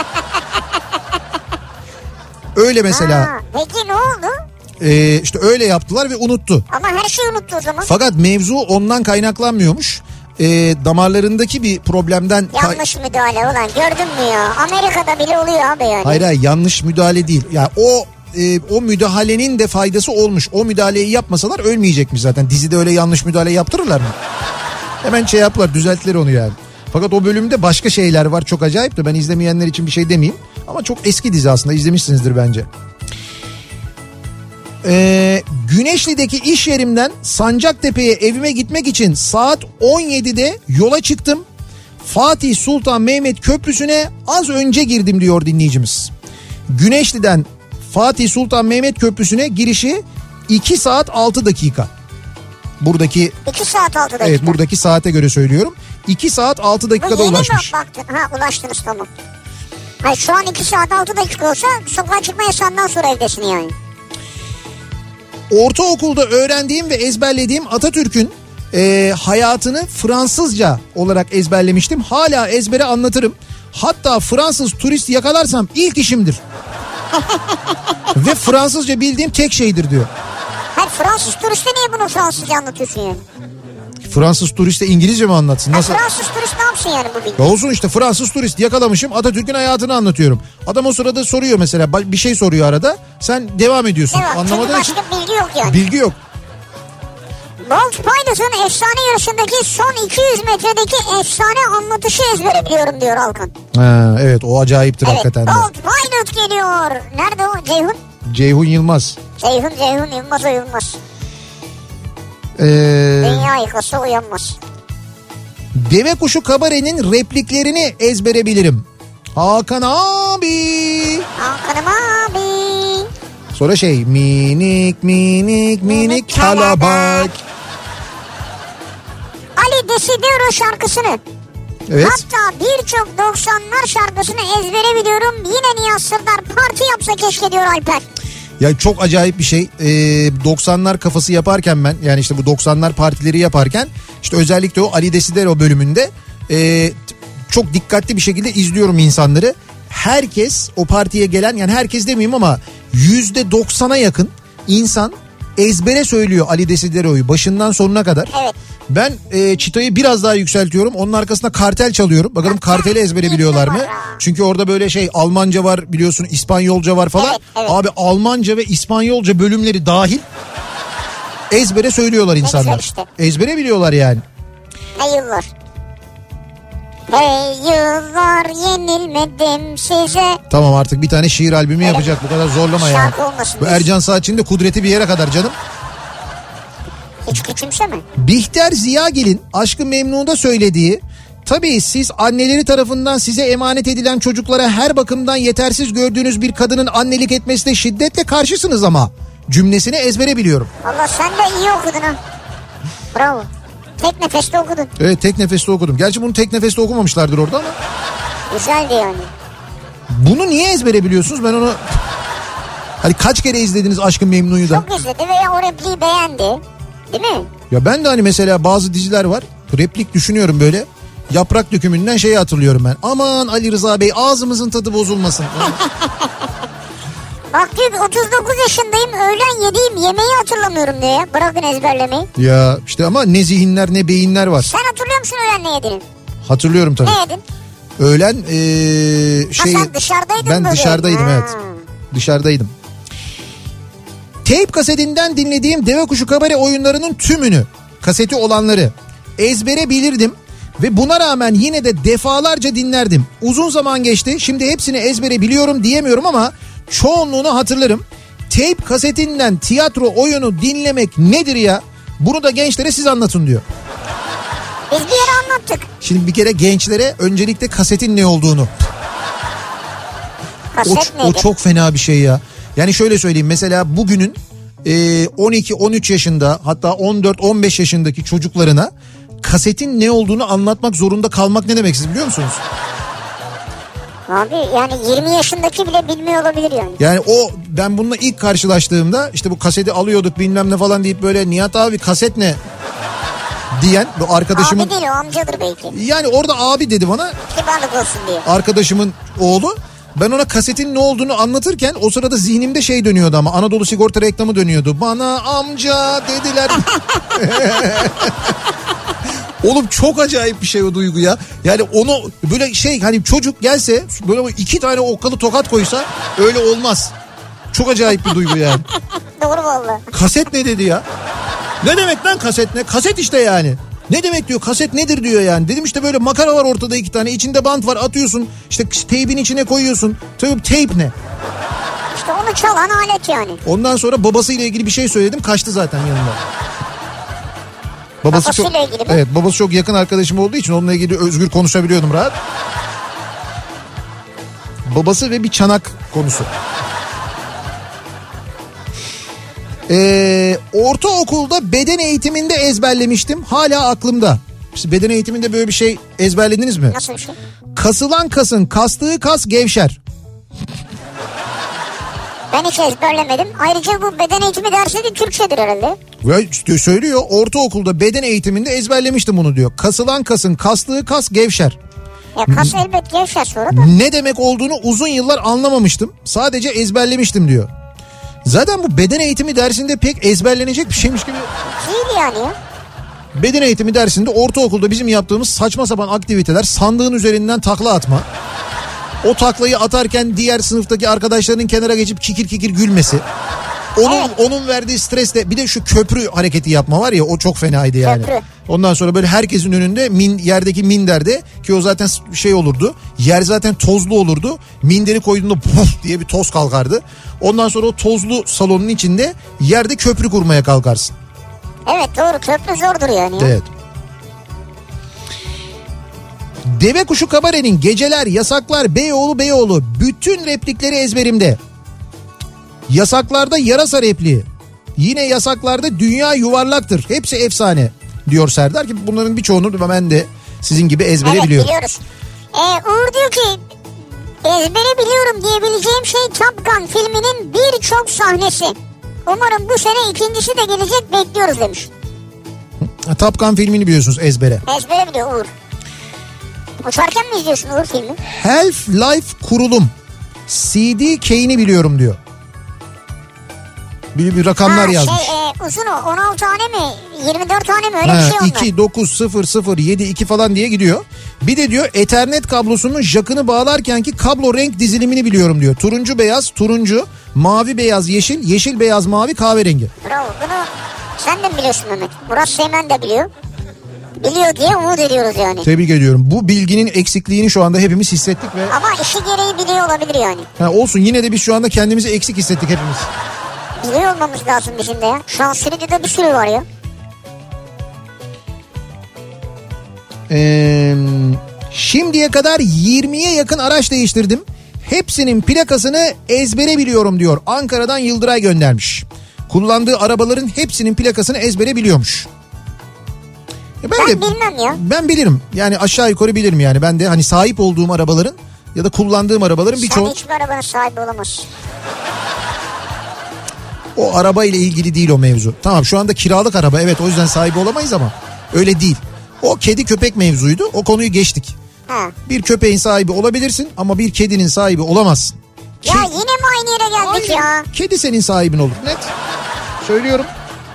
Öyle mesela. Ha, peki ne oldu? Ee, işte öyle yaptılar ve unuttu. Ama her şeyi unuttu o zaman. Fakat mevzu ondan kaynaklanmıyormuş. Ee, damarlarındaki bir problemden... Yanlış müdahale ulan, gördün mü ya? Amerika'da bile oluyor abi yani. Hayır hayır, yanlış müdahale değil. Yani o e, o müdahalenin de faydası olmuş. O müdahaleyi yapmasalar ölmeyecekmiş zaten. Dizide öyle yanlış müdahale yaptırırlar mı? Hemen şey yaptılar, düzelttiler onu yani. Fakat o bölümde başka şeyler var, çok acayip de ben izlemeyenler için bir şey demeyeyim. Ama çok eski dizi aslında, izlemişsinizdir bence. Ee, Güneşli'deki iş yerimden Sancaktepe'ye evime gitmek için saat on yedide yola çıktım. Fatih Sultan Mehmet Köprüsü'ne az önce girdim diyor dinleyicimiz. Güneşli'den Fatih Sultan Mehmet Köprüsü'ne girişi iki saat altı dakika. Buradaki iki saat altı dakika. evet buradaki saate göre söylüyorum. iki saat altı Bu dakikada yeni mi ulaşmış. baktın? Ha, ulaştınız tamam. Hayır, şu an iki saat altı dakika olsa sokağa çıkma yasağından sonra evdesin yani. Ortaokulda öğrendiğim ve ezberlediğim Atatürk'ün e, hayatını Fransızca olarak ezberlemiştim. Hala ezbere anlatırım. Hatta Fransız turist yakalarsam ilk işimdir. Ve Fransızca bildiğim tek şeydir diyor. Hayır, Fransız turiste niye bunu Fransızca anlatıyorsun yani? Fransız turiste İngilizce mi anlatsın? Nasıl? Ha, Fransız turist ne yapsın yani bu bilgi? Ya olsun işte, Fransız turist yakalamışım, Atatürk'ün hayatını anlatıyorum. Adam o sırada soruyor mesela, bir şey soruyor arada. Sen devam ediyorsun. Devam. Anlamadığın Çünkü başka için bilgi yok yani. bilgi yok. Bolt Pilot'un efsane yarışındaki son iki yüz metredeki efsane anlatışı ezbere biliyorum diyor Alkan. Ha, evet, o acayiptir Evet, hakikaten de. Bolt Pilot geliyor. Nerede o? Ceyhun? Ceyhun Yılmaz. Ceyhun, Ceyhun Yılmaz o Yılmaz. Ee, Dünya yıkası uyanmaz. Deve Kuşu Kabare'nin repliklerini ezbere bilirim. Hakan abi. Hakan'ım abi. Sonra şey, minik minik minik kelebek. Ali Desidero şarkısını. Evet. Hatta birçok doksanlar şarkısını ezbere biliyorum. Yine Nihat Sırdar parti yapsa keşke diyor Alper. Ya çok acayip bir şey. Ee, doksanlar kafası yaparken ben, yani işte bu doksanlar partileri yaparken işte özellikle o Ali Desidero bölümünde e, çok dikkatli bir şekilde izliyorum insanları. Herkes o partiye gelen, yani herkes demeyeyim ama yüzde doksana yakın insan ezbere söylüyor Ali Desidero'yu başından sonuna kadar. Evet. Ben e, çıtayı biraz daha yükseltiyorum. Onun arkasında Kartel çalıyorum. Bakalım Kartel'i ezbere biliyorlar mı? Çünkü orada böyle şey, Almanca var biliyorsun, İspanyolca var falan. Evet, evet. Abi Almanca ve İspanyolca bölümleri dahil ezbere söylüyorlar insanlar. işte. Ezbere biliyorlar yani. Hey yıllar. Hey yıllar yenilmedim size. Tamam, artık bir tane şiir albümü Evet. yapacak, bu kadar zorlama ya. Şarkı olmasın. Bu Ercan Saatçı'nın da kudreti bir yere kadar canım. Hiç küçümseme. Bihter Ziyagil'in Aşk-ı Memnu'da söylediği, tabii siz anneleri tarafından size emanet edilen çocuklara her bakımdan yetersiz gördüğünüz bir kadının annelik etmesine şiddetle karşısınız ama cümlesini ezbere biliyorum. Allah, sen de iyi okudun ha. Bravo. Tek nefeste okudun. Evet, tek nefeste okudum. Gerçi bunu tek nefeste okumamışlardır orada ama. Güzeldi yani. Bunu niye ezbere biliyorsunuz? Ben onu... Hani kaç kere izlediniz Aşk-ı Memnu'yu da? Çok izledi veya o repliği beğendi. Değil mi? Ya ben de hani mesela bazı diziler var. Replik düşünüyorum böyle. Yaprak Dökümü'nden şeyi hatırlıyorum ben. Aman Ali Rıza Bey, ağzımızın tadı bozulmasın. Bak diyor ki otuz dokuz yaşındayım, öğlen yediğim yemeği hatırlamıyorum diyor ya. Bırakın ezberlemeyi. Ya işte ama ne zihinler ne beyinler var. Sen hatırlıyor musun öğlen ne yediğini? Hatırlıyorum tabii. Ne yedin? Öğlen ee, şey... Ha, sen dışarıdaydın Ben böyle. dışarıdaydım Ha. evet. Dışarıdaydım. Teyp kasetinden dinlediğim Deve Kuşu Kabare oyunlarının tümünü, kaseti olanları ezbere bilirdim. Ve buna rağmen yine de defalarca dinlerdim. Uzun zaman geçti. Şimdi hepsini ezbere biliyorum diyemiyorum ama çoğunluğunu hatırlarım. Teyp kasetinden tiyatro oyunu dinlemek nedir ya? Bunu da gençlere siz anlatın diyor. Biz bir yere anlattık. Şimdi bir kere gençlere öncelikle kasetin ne olduğunu. Kaset O, o neydi? çok fena bir şey ya. Yani şöyle söyleyeyim, mesela bugünün e, on iki on üç yaşında, hatta on dört on beş yaşındaki çocuklarına kasetin ne olduğunu anlatmak zorunda kalmak ne demek, siz biliyor musunuz? Abi yani yirmi yaşındaki bile bilmiyor olabilir yani. Yani o, ben bununla ilk karşılaştığımda işte bu kaseti alıyorduk bilmem ne falan deyip böyle Nihat abi kaset ne diyen bu arkadaşımın. Abi değil, o amcadır belki. Yani orada abi dedi bana. Kibarlık olsun diye. Arkadaşımın oğlu. Ben ona kasetin ne olduğunu anlatırken o sırada zihnimde şey dönüyordu ama Anadolu Sigorta reklamı dönüyordu. Bana amca dediler. Oğlum çok acayip bir şey o duygu ya. Yani onu böyle şey, hani çocuk gelse böyle iki tane okkalı tokat koysa öyle olmaz. Çok acayip bir duygu yani. Doğru valla. Kaset ne dedi ya? Ne demek lan kaset ne? Kaset işte yani. Ne demek diyor, kaset nedir diyor yani. Dedim işte böyle makara var ortada iki tane, içinde bant var, atıyorsun işte teybin içine koyuyorsun. Tabii teyp ne? İşte onu çalan alet yani. Ondan sonra babasıyla ilgili bir şey söyledim, kaçtı zaten yanımda. Babası Babasıyla çok, ilgili mi? evet, babası çok yakın arkadaşım olduğu için onunla ilgili özgür konuşabiliyordum rahat. Babası ve bir çanak konusu. Ee, ortaokulda beden eğitiminde ezberlemiştim. Hala aklımda. Siz beden eğitiminde böyle bir şey ezberlediniz mi? Nasıl bir şey? Kasılan kasın kastığı kas gevşer. Ben hiç ezberlemedim. Ayrıca bu beden eğitimi dersi de Türkçedir herhalde. Ya söylüyor, ortaokulda beden eğitiminde ezberlemiştim bunu diyor. Kasılan kasın kastığı kas gevşer. Ya kas elbet gevşer sonra da. Ne demek olduğunu uzun yıllar anlamamıştım. Sadece ezberlemiştim diyor. Zaten bu beden eğitimi dersinde pek ezberlenecek bir şeymiş gibi. Değil yani ya. Beden eğitimi dersinde ortaokulda bizim yaptığımız saçma sapan aktiviteler, sandığın üzerinden takla atma. O taklayı atarken diğer sınıftaki arkadaşlarının kenara geçip kikir kikir gülmesi. Onun evet. onun verdiği stresle bir de şu köprü hareketi yapma var ya, o çok fenaydı yani. Köprü. Ondan sonra böyle herkesin önünde min, yerdeki minderde, ki o zaten şey olurdu. Yer zaten tozlu olurdu. Minderi koyduğunda puf diye bir toz kalkardı. Ondan sonra o tozlu salonun içinde yerde köprü kurmaya kalkarsın. Evet doğru, köprü zordur yani. Evet. Deve Kuşu Kabare'nin Geceler, Yasaklar, Beyoğlu Beyoğlu bütün replikleri ezberimde. Yasaklarda yarasa repliği. Yine Yasaklarda dünya yuvarlaktır. Hepsi efsane diyor Serdar, ki bunların birçoğunu ben de sizin gibi ezbere evet, biliyorum. biliyoruz. Ee, Uğur diyor ki ezbere biliyorum diyebileceğim şey Top Gun filminin birçok sahnesi. Umarım bu sene ikincisi de gelecek, bekliyoruz demiş. Top Gun filmini biliyorsunuz ezbere. Ezbere biliyor Uğur. Uçarken mi izliyorsun Uğur filmi? Half-Life kurulum C D K'ini biliyorum diyor. Bir, bir rakamlar ha, yazmış. Şey, e, uzun o on altı tane mi yirmi dört tane mi öyle ha, bir şey onlar. iki, dokuz, sıfır, sıfır, yedi, iki falan diye gidiyor. Bir de diyor Ethernet kablosunun jakını bağlarkenki kablo renk dizilimini biliyorum diyor. Turuncu beyaz, turuncu, mavi beyaz, yeşil, yeşil beyaz, mavi, kahverengi. Bravo, bunu sen de mi biliyorsun Mehmet? Murat Seymen de biliyor. Biliyor diye umut ediyoruz yani. Tebrik ediyorum. Bu bilginin eksikliğini şu anda hepimiz hissettik ve... Ama işi gereği biliyor olabilir yani. Ha, olsun, yine de biz şu anda kendimizi eksik hissettik hepimiz. Biliyor olmamız lazım bizim de ya. Şu an Siridi'de bir sürü var ya. Ee, şimdiye kadar yirmiye yakın araç değiştirdim. Hepsinin plakasını ezbere biliyorum diyor. Ankara'dan Yıldıray göndermiş. Kullandığı arabaların hepsinin plakasını ezbere biliyormuş. Ya ben, ben de, bilmem ya. Ben bilirim. Yani aşağı yukarı bilirim yani. Ben de hani sahip olduğum arabaların ya da kullandığım arabaların birçoğu... Sen hiçbir arabanın sahibi olamazsın. O araba ile ilgili değil o mevzu. Tamam, şu anda kiralık araba, evet, o yüzden sahibi olamayız ama öyle değil. O kedi köpek mevzuydu. O konuyu geçtik. Ha. Bir köpeğin sahibi olabilirsin ama bir kedinin sahibi olamazsın. Ya Ki... yine mi aynı yere geldik Aynen. ya? Kedi senin sahibin olur. Net. Söylüyorum.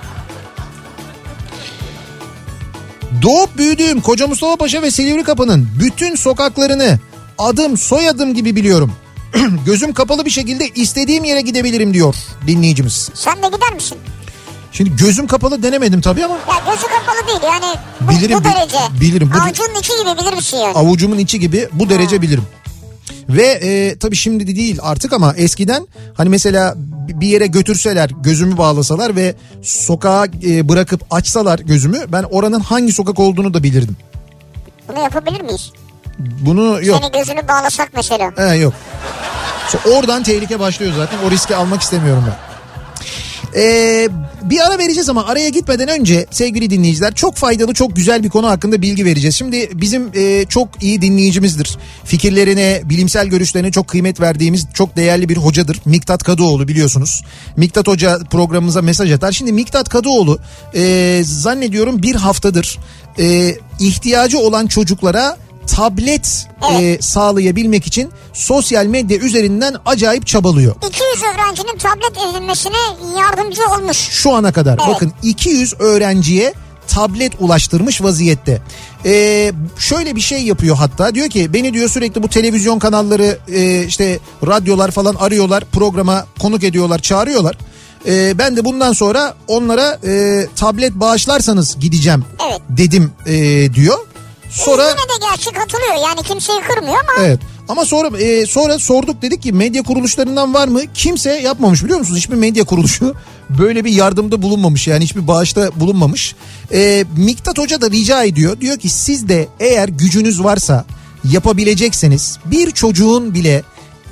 Doğup büyüdüğüm Koca Mustafa Paşa ve Silivri Kapı'nın bütün sokaklarını adım soyadım gibi biliyorum. Gözüm kapalı bir şekilde istediğim yere gidebilirim diyor dinleyicimiz. Sen de gider misin? Şimdi gözüm kapalı denemedim tabii ama. Ya gözü kapalı değil yani bu, bilirim, bu derece. Bilirim. Bu, avucunun içi gibi bilir misin yani? Avucumun içi gibi bu derece ha. bilirim. Ve e, tabii şimdi de değil artık ama eskiden hani mesela bir yere götürseler, gözümü bağlasalar ve sokağa e, bırakıp açsalar gözümü, ben oranın hangi sokak olduğunu da bilirdim. Bunu yapabilir miyiz? Bunu yok. Seni gözünü bağlasak mesela. He yok. So, oradan tehlike başlıyor zaten. O riski almak istemiyorum ben. Ee, bir ara vereceğiz ama araya gitmeden önce sevgili dinleyiciler, çok faydalı, çok güzel bir konu hakkında bilgi vereceğiz. Şimdi bizim e, çok iyi dinleyicimizdir. Fikirlerine, bilimsel görüşlerine çok kıymet verdiğimiz çok değerli bir hocadır. Miktat Kadıoğlu, biliyorsunuz. Miktat Hoca programımıza mesaj atar. Şimdi Miktat Kadıoğlu e, zannediyorum bir haftadır e, ihtiyacı olan çocuklara tablet evet. e, sağlayabilmek için sosyal medya üzerinden acayip çabalıyor. iki yüz öğrencinin tablet edinmesine yardımcı olmuş. Şu ana kadar evet. Bakın iki yüz öğrenciye tablet ulaştırmış vaziyette. Ee, şöyle bir şey yapıyor hatta, diyor ki beni diyor sürekli bu televizyon kanalları e, işte radyolar falan arıyorlar, programa konuk ediyorlar, çağırıyorlar. Ee, ben de bundan sonra onlara e, tablet bağışlarsanız gideceğim evet. dedim e, diyor. Sonra yine de gerçi katılıyor yani, kimseyi kırmıyor ama. Evet. Ama sonra e, sonra sorduk, dedik ki medya kuruluşlarından var mı? Kimse yapmamış, biliyor musunuz? Hiçbir medya kuruluşu böyle bir yardımda bulunmamış, yani hiçbir bağışta bulunmamış. E, Miktat Hoca da rica ediyor. Diyor ki siz de eğer gücünüz varsa, yapabilecekseniz bir çocuğun bile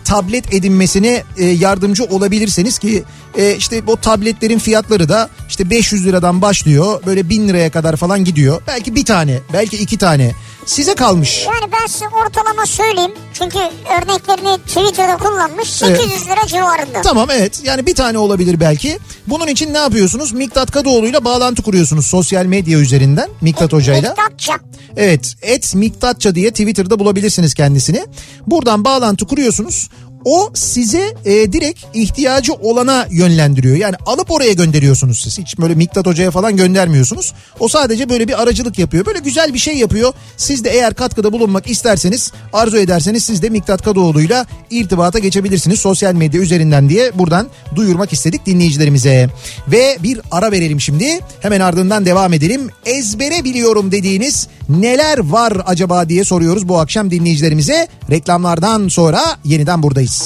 tablet edinmesine e, yardımcı olabilirseniz ki e, işte o tabletlerin fiyatları da işte beş yüz liradan başlıyor. Böyle bin liraya kadar falan gidiyor. Belki bir tane, belki iki tane. Size kalmış. Yani ben size ortalama söyleyeyim. Çünkü örneklerini Twitter'da kullanmış. sekiz yüz evet. lira civarında. Tamam evet. Yani bir tane olabilir belki. Bunun için ne yapıyorsunuz? Miktat Kadıoğlu'yla bağlantı kuruyorsunuz sosyal medya üzerinden. Miktat Hoca'yla. Miktatça. Evet. et Miktatça diye Twitter'da bulabilirsiniz kendisini. Buradan bağlantı kuruyorsunuz. O size e, direkt ihtiyacı olana yönlendiriyor. Yani alıp oraya gönderiyorsunuz siz. Hiç böyle Miktat Hoca'ya falan göndermiyorsunuz. O sadece böyle bir aracılık yapıyor. Böyle güzel bir şey yapıyor. Siz de eğer katkıda bulunmak isterseniz, arzu ederseniz siz de Miktat Kadıoğlu'yla irtibata geçebilirsiniz. Sosyal medya üzerinden diye buradan duyurmak istedik dinleyicilerimize. Ve bir ara verelim şimdi. Hemen ardından devam edelim. Ezbere biliyorum dediğiniz neler var acaba diye soruyoruz bu akşam dinleyicilerimize. Reklamlardan sonra yeniden buradayız.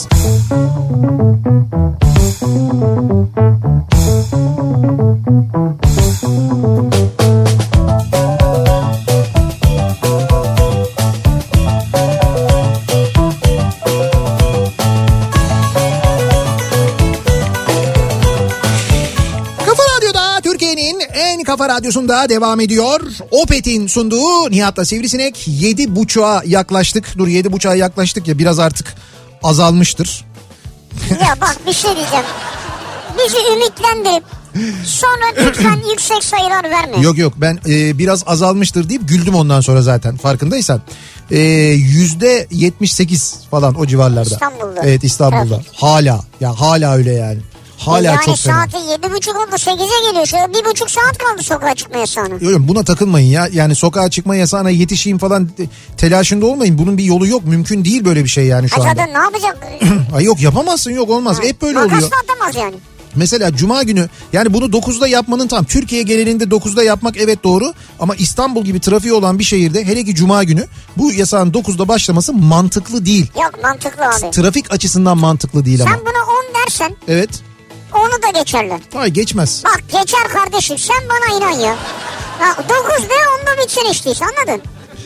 Kafa Radyosu'nda devam ediyor. Opet'in sunduğu Nihat'la Sivrisinek yedi buçuğa yaklaştık. Dur yedi buçuğa yaklaştık ya biraz artık azalmıştır. Ya bak bir şey diyeceğim. Bizi ümitlendirip sonra lütfen yüksek sayılar verme. Yok yok ben e, biraz azalmıştır deyip güldüm ondan sonra zaten farkındaysan. E, yüzde yetmiş sekiz falan o civarlarda. İstanbul'da. Evet İstanbul'da. Trafik. Hala ya hala öyle yani. Hala yani çok fena. saati yedi buçuk oldu sekize geliyor. Şöyle bir buçuk saat kaldı sokağa çıkma yasağına. Yok buna takılmayın ya. Yani sokağa çıkma yasağına yetişeyim falan telaşında olmayın. Bunun bir yolu yok. Mümkün değil böyle bir şey yani şu anda. Zaten ne yapacak? Ay yok yapamazsın yok olmaz. Ha. Hep böyle Makasla oluyor. Makasla atamaz yani. Mesela cuma günü yani bunu dokuzda yapmanın tam Türkiye genelinde dokuzda yapmak evet doğru ama İstanbul gibi trafiği olan bir şehirde hele ki cuma günü bu yasağın dokuzda başlaması mantıklı değil. Yok mantıklı abi. Trafik açısından mantıklı değil Sen ama. Sen buna on dersen. Evet. Onu da geçerler. Hayır geçmez. Bak geçer kardeşim sen bana inan ya. Ya dokuz de onda bitsin işte anladın?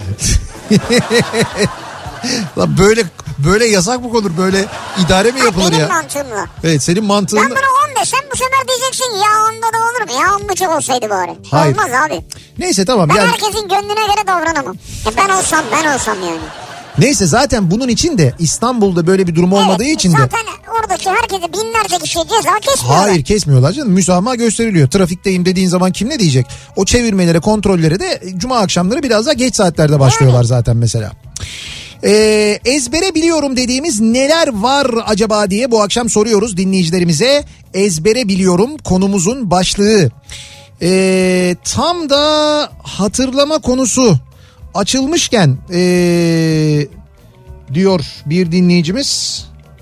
Lan böyle böyle yasak mı olur? Böyle idare mi yapılır benim ya? Benim mantığımla. Evet senin mantığın. Ben buna on desem bu sefer diyeceksin ya onda da olur mu? Ya on buçuk olsaydı bari. Hayır. Olmaz abi. Neyse tamam. Ben yani... herkesin gönlüne göre davranamam. Ya ben olsam ben olsam yani. Neyse zaten bunun için de İstanbul'da böyle bir durum olmadığı evet, için de. Zaten oradaki herkese binlerce kişiye ceza kesmiyorlar. Hayır kesmiyorlar canım. Müsamaha gösteriliyor. Trafikteyim dediğin zaman kim ne diyecek? O çevirmelere, kontrollere de cuma akşamları biraz daha geç saatlerde başlıyorlar yani. Zaten mesela. Ee, ezbere biliyorum dediğimiz neler var acaba diye bu akşam soruyoruz dinleyicilerimize. Ezbere biliyorum konumuzun başlığı. Ee, tam da hatırlama konusu açılmışken ee, diyor bir dinleyicimiz.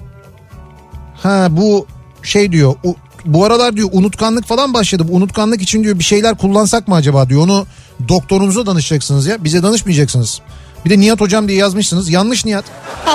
Ha bu şey diyor u, bu aralar diyor unutkanlık falan başladı. Bu unutkanlık için diyor bir şeyler kullansak mı acaba diyor. Onu doktorunuza danışacaksınız ya, bize danışmayacaksınız. Bir de Nihat hocam diye yazmışsınız. Yanlış Nihat.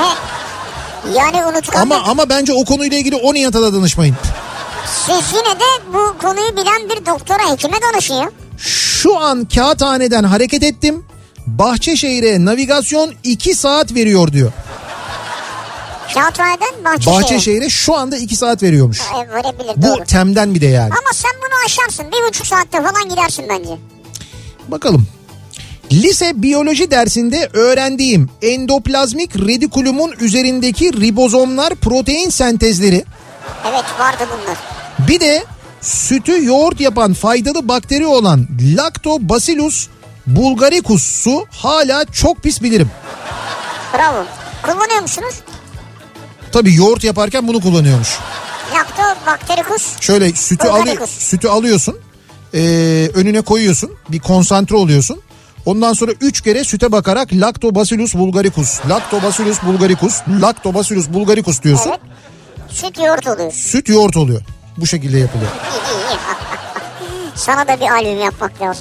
Yani unutkanlık. Ama ama bence o konuyla ilgili o Nihat'a da danışmayın. Siz yine de bu konuyu bilen bir doktora, hekime danışın ya. Şu an Kağıthane'den hareket ettim. Bahçeşehir'e navigasyon iki saat veriyor diyor. Kağıthane'den Bahçeşehir'e. Bahçeşehir'e şu anda iki saat veriyormuş. Evet, verebilir, bu doğru. Tem'den bir de yani. Ama sen bunu aşarsın. Bir buçuk saatte falan gidersin bence. Bakalım. Lise biyoloji dersinde öğrendiğim endoplazmik redikulumun üzerindeki ribozomlar protein sentezleri. Evet vardı bunlar. Bir de sütü yoğurt yapan faydalı bakteri olan Lactobacillus bulgaricus'u hala çok pis bilirim. Bravo. Kullanıyor musunuz? Tabii yoğurt yaparken bunu kullanıyormuş. Lactobacillus. Şöyle sütü, alı, sütü alıyorsun. E, önüne koyuyorsun. Bir konsantre oluyorsun. Ondan sonra üç kere süte bakarak Lactobacillus bulgaricus, Lactobacillus bulgaricus, Lactobacillus bulgaricus diyorsun. Evet. Süt yoğurt oluyor. Süt yoğurt oluyor. Bu şekilde yapılıyor. İyi iyi. Sana da bir albüm yapmak lazım.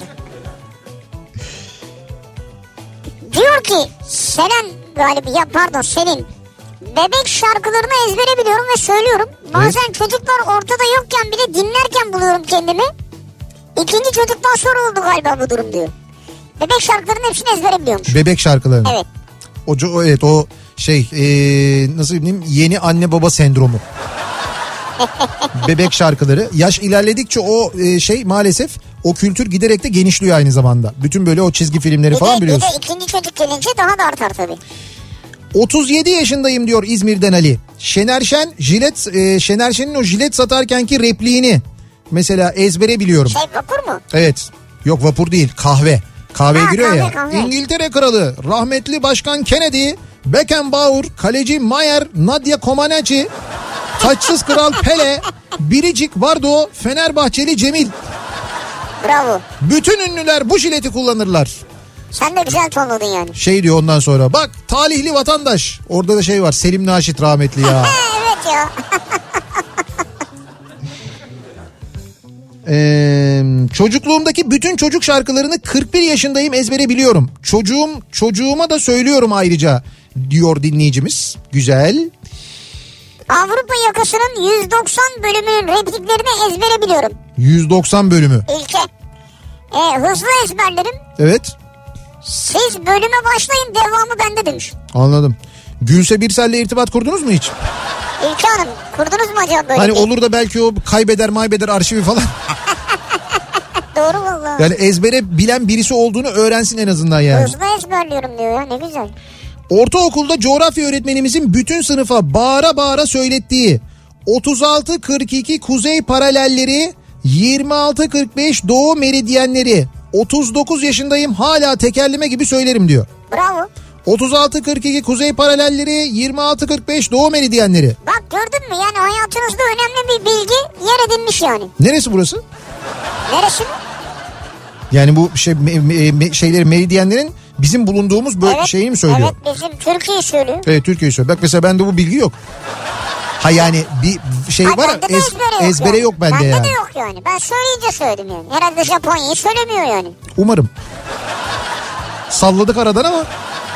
Diyor ki Selen galiba ya pardon Selin. Bebek şarkılarını ezbere biliyorum ve söylüyorum. Bazen evet. Çocuklar ortada yokken bile dinlerken buluyorum kendimi. İkinci çocuktan sonra oldu galiba bu durum diyor. Bebek şarkılarının hepsini ezbere biliyormuş. Bebek şarkılarını. Evet. O, o evet o Şey ee, nasıl diyeyim, yeni anne baba sendromu. Bebek şarkıları. Yaş ilerledikçe o e, şey maalesef o kültür giderek de genişliyor aynı zamanda. Bütün böyle o çizgi filmleri bir falan de, biliyorsun. Bir de ikinci çocuk gelince daha da artar tabii. otuz yedi yaşındayım diyor İzmir'den Ali. Şener Şen jilet e, Şener Şen'in o jilet satarkenki repliğini mesela ezbere biliyorum. Şey vapur mu? Evet. Yok vapur değil, kahve. Kahveye Ha, giriyor kahve, ya. kahve. İngiltere kralı, rahmetli başkan Kennedy, Beckenbauer, kaleci Mayer, Nadia Comaneci, taçsız kral Pele, Biricik Bardo, Fenerbahçeli Cemil. Bravo. Bütün ünlüler bu jileti kullanırlar. Sen de güzel tonladın yani. Şey diyor ondan sonra, bak talihli vatandaş. Orada da şey var, Selim Naşit rahmetli ya. Evet ya. Ee, çocukluğumdaki bütün çocuk şarkılarını kırk bir yaşındayım ezbere biliyorum. Çocuğum çocuğuma da söylüyorum ayrıca diyor dinleyicimiz. Güzel. Avrupa Yakası'nın yüz doksan bölümünün repliklerini ezbere biliyorum. yüz doksan bölümü. İlke. E, hızlı ezberlerim. Evet. Siz bölüme başlayın, devamı bende demiş. Anladım. Gülse Birsel'le irtibat kurdunuz mu hiç? İlke Hanım, kurdunuz mu acaba böyle? Hani bir... olur da belki o kaybeder maybeder arşivi falan. Doğru valla. Yani ezbere bilen birisi olduğunu öğrensin en azından yani. Hızlı ezberliyorum diyor ya, ne güzel. Ortaokulda coğrafya öğretmenimizin bütün sınıfa bağıra bağıra söylettiği otuz altı kırk iki kuzey paralelleri, yirmi altı kırk beş doğu meridyenleri, otuz dokuz yaşındayım hala tekerleme gibi söylerim diyor. Bravo. otuz altı kırk iki kuzey paralelleri, yirmi altı kırk beş doğu meridyenleri. Bak gördün mü, yani hayatınızda önemli bir bilgi yer edinmiş yani. Neresi burası? Neresi mi? Yani bu şey me, me, şeyleri meridyenlerin bizim bulunduğumuz böyle Evet, şeyini mi söylüyor? Evet, bizim Türkiye'yi söylüyor. Evet, Türkiye'yi söylüyor. Bak mesela bende bu bilgi yok. Ha yani bir şey Ay, var bende de ez, ezbere yok. ezbere yani. yok bende, bende yani. Bende de yok yani. Ben söyleyince söyledim yani. Herhalde Japonya'yı söylemiyor yani. Umarım. Salladık aradan ama.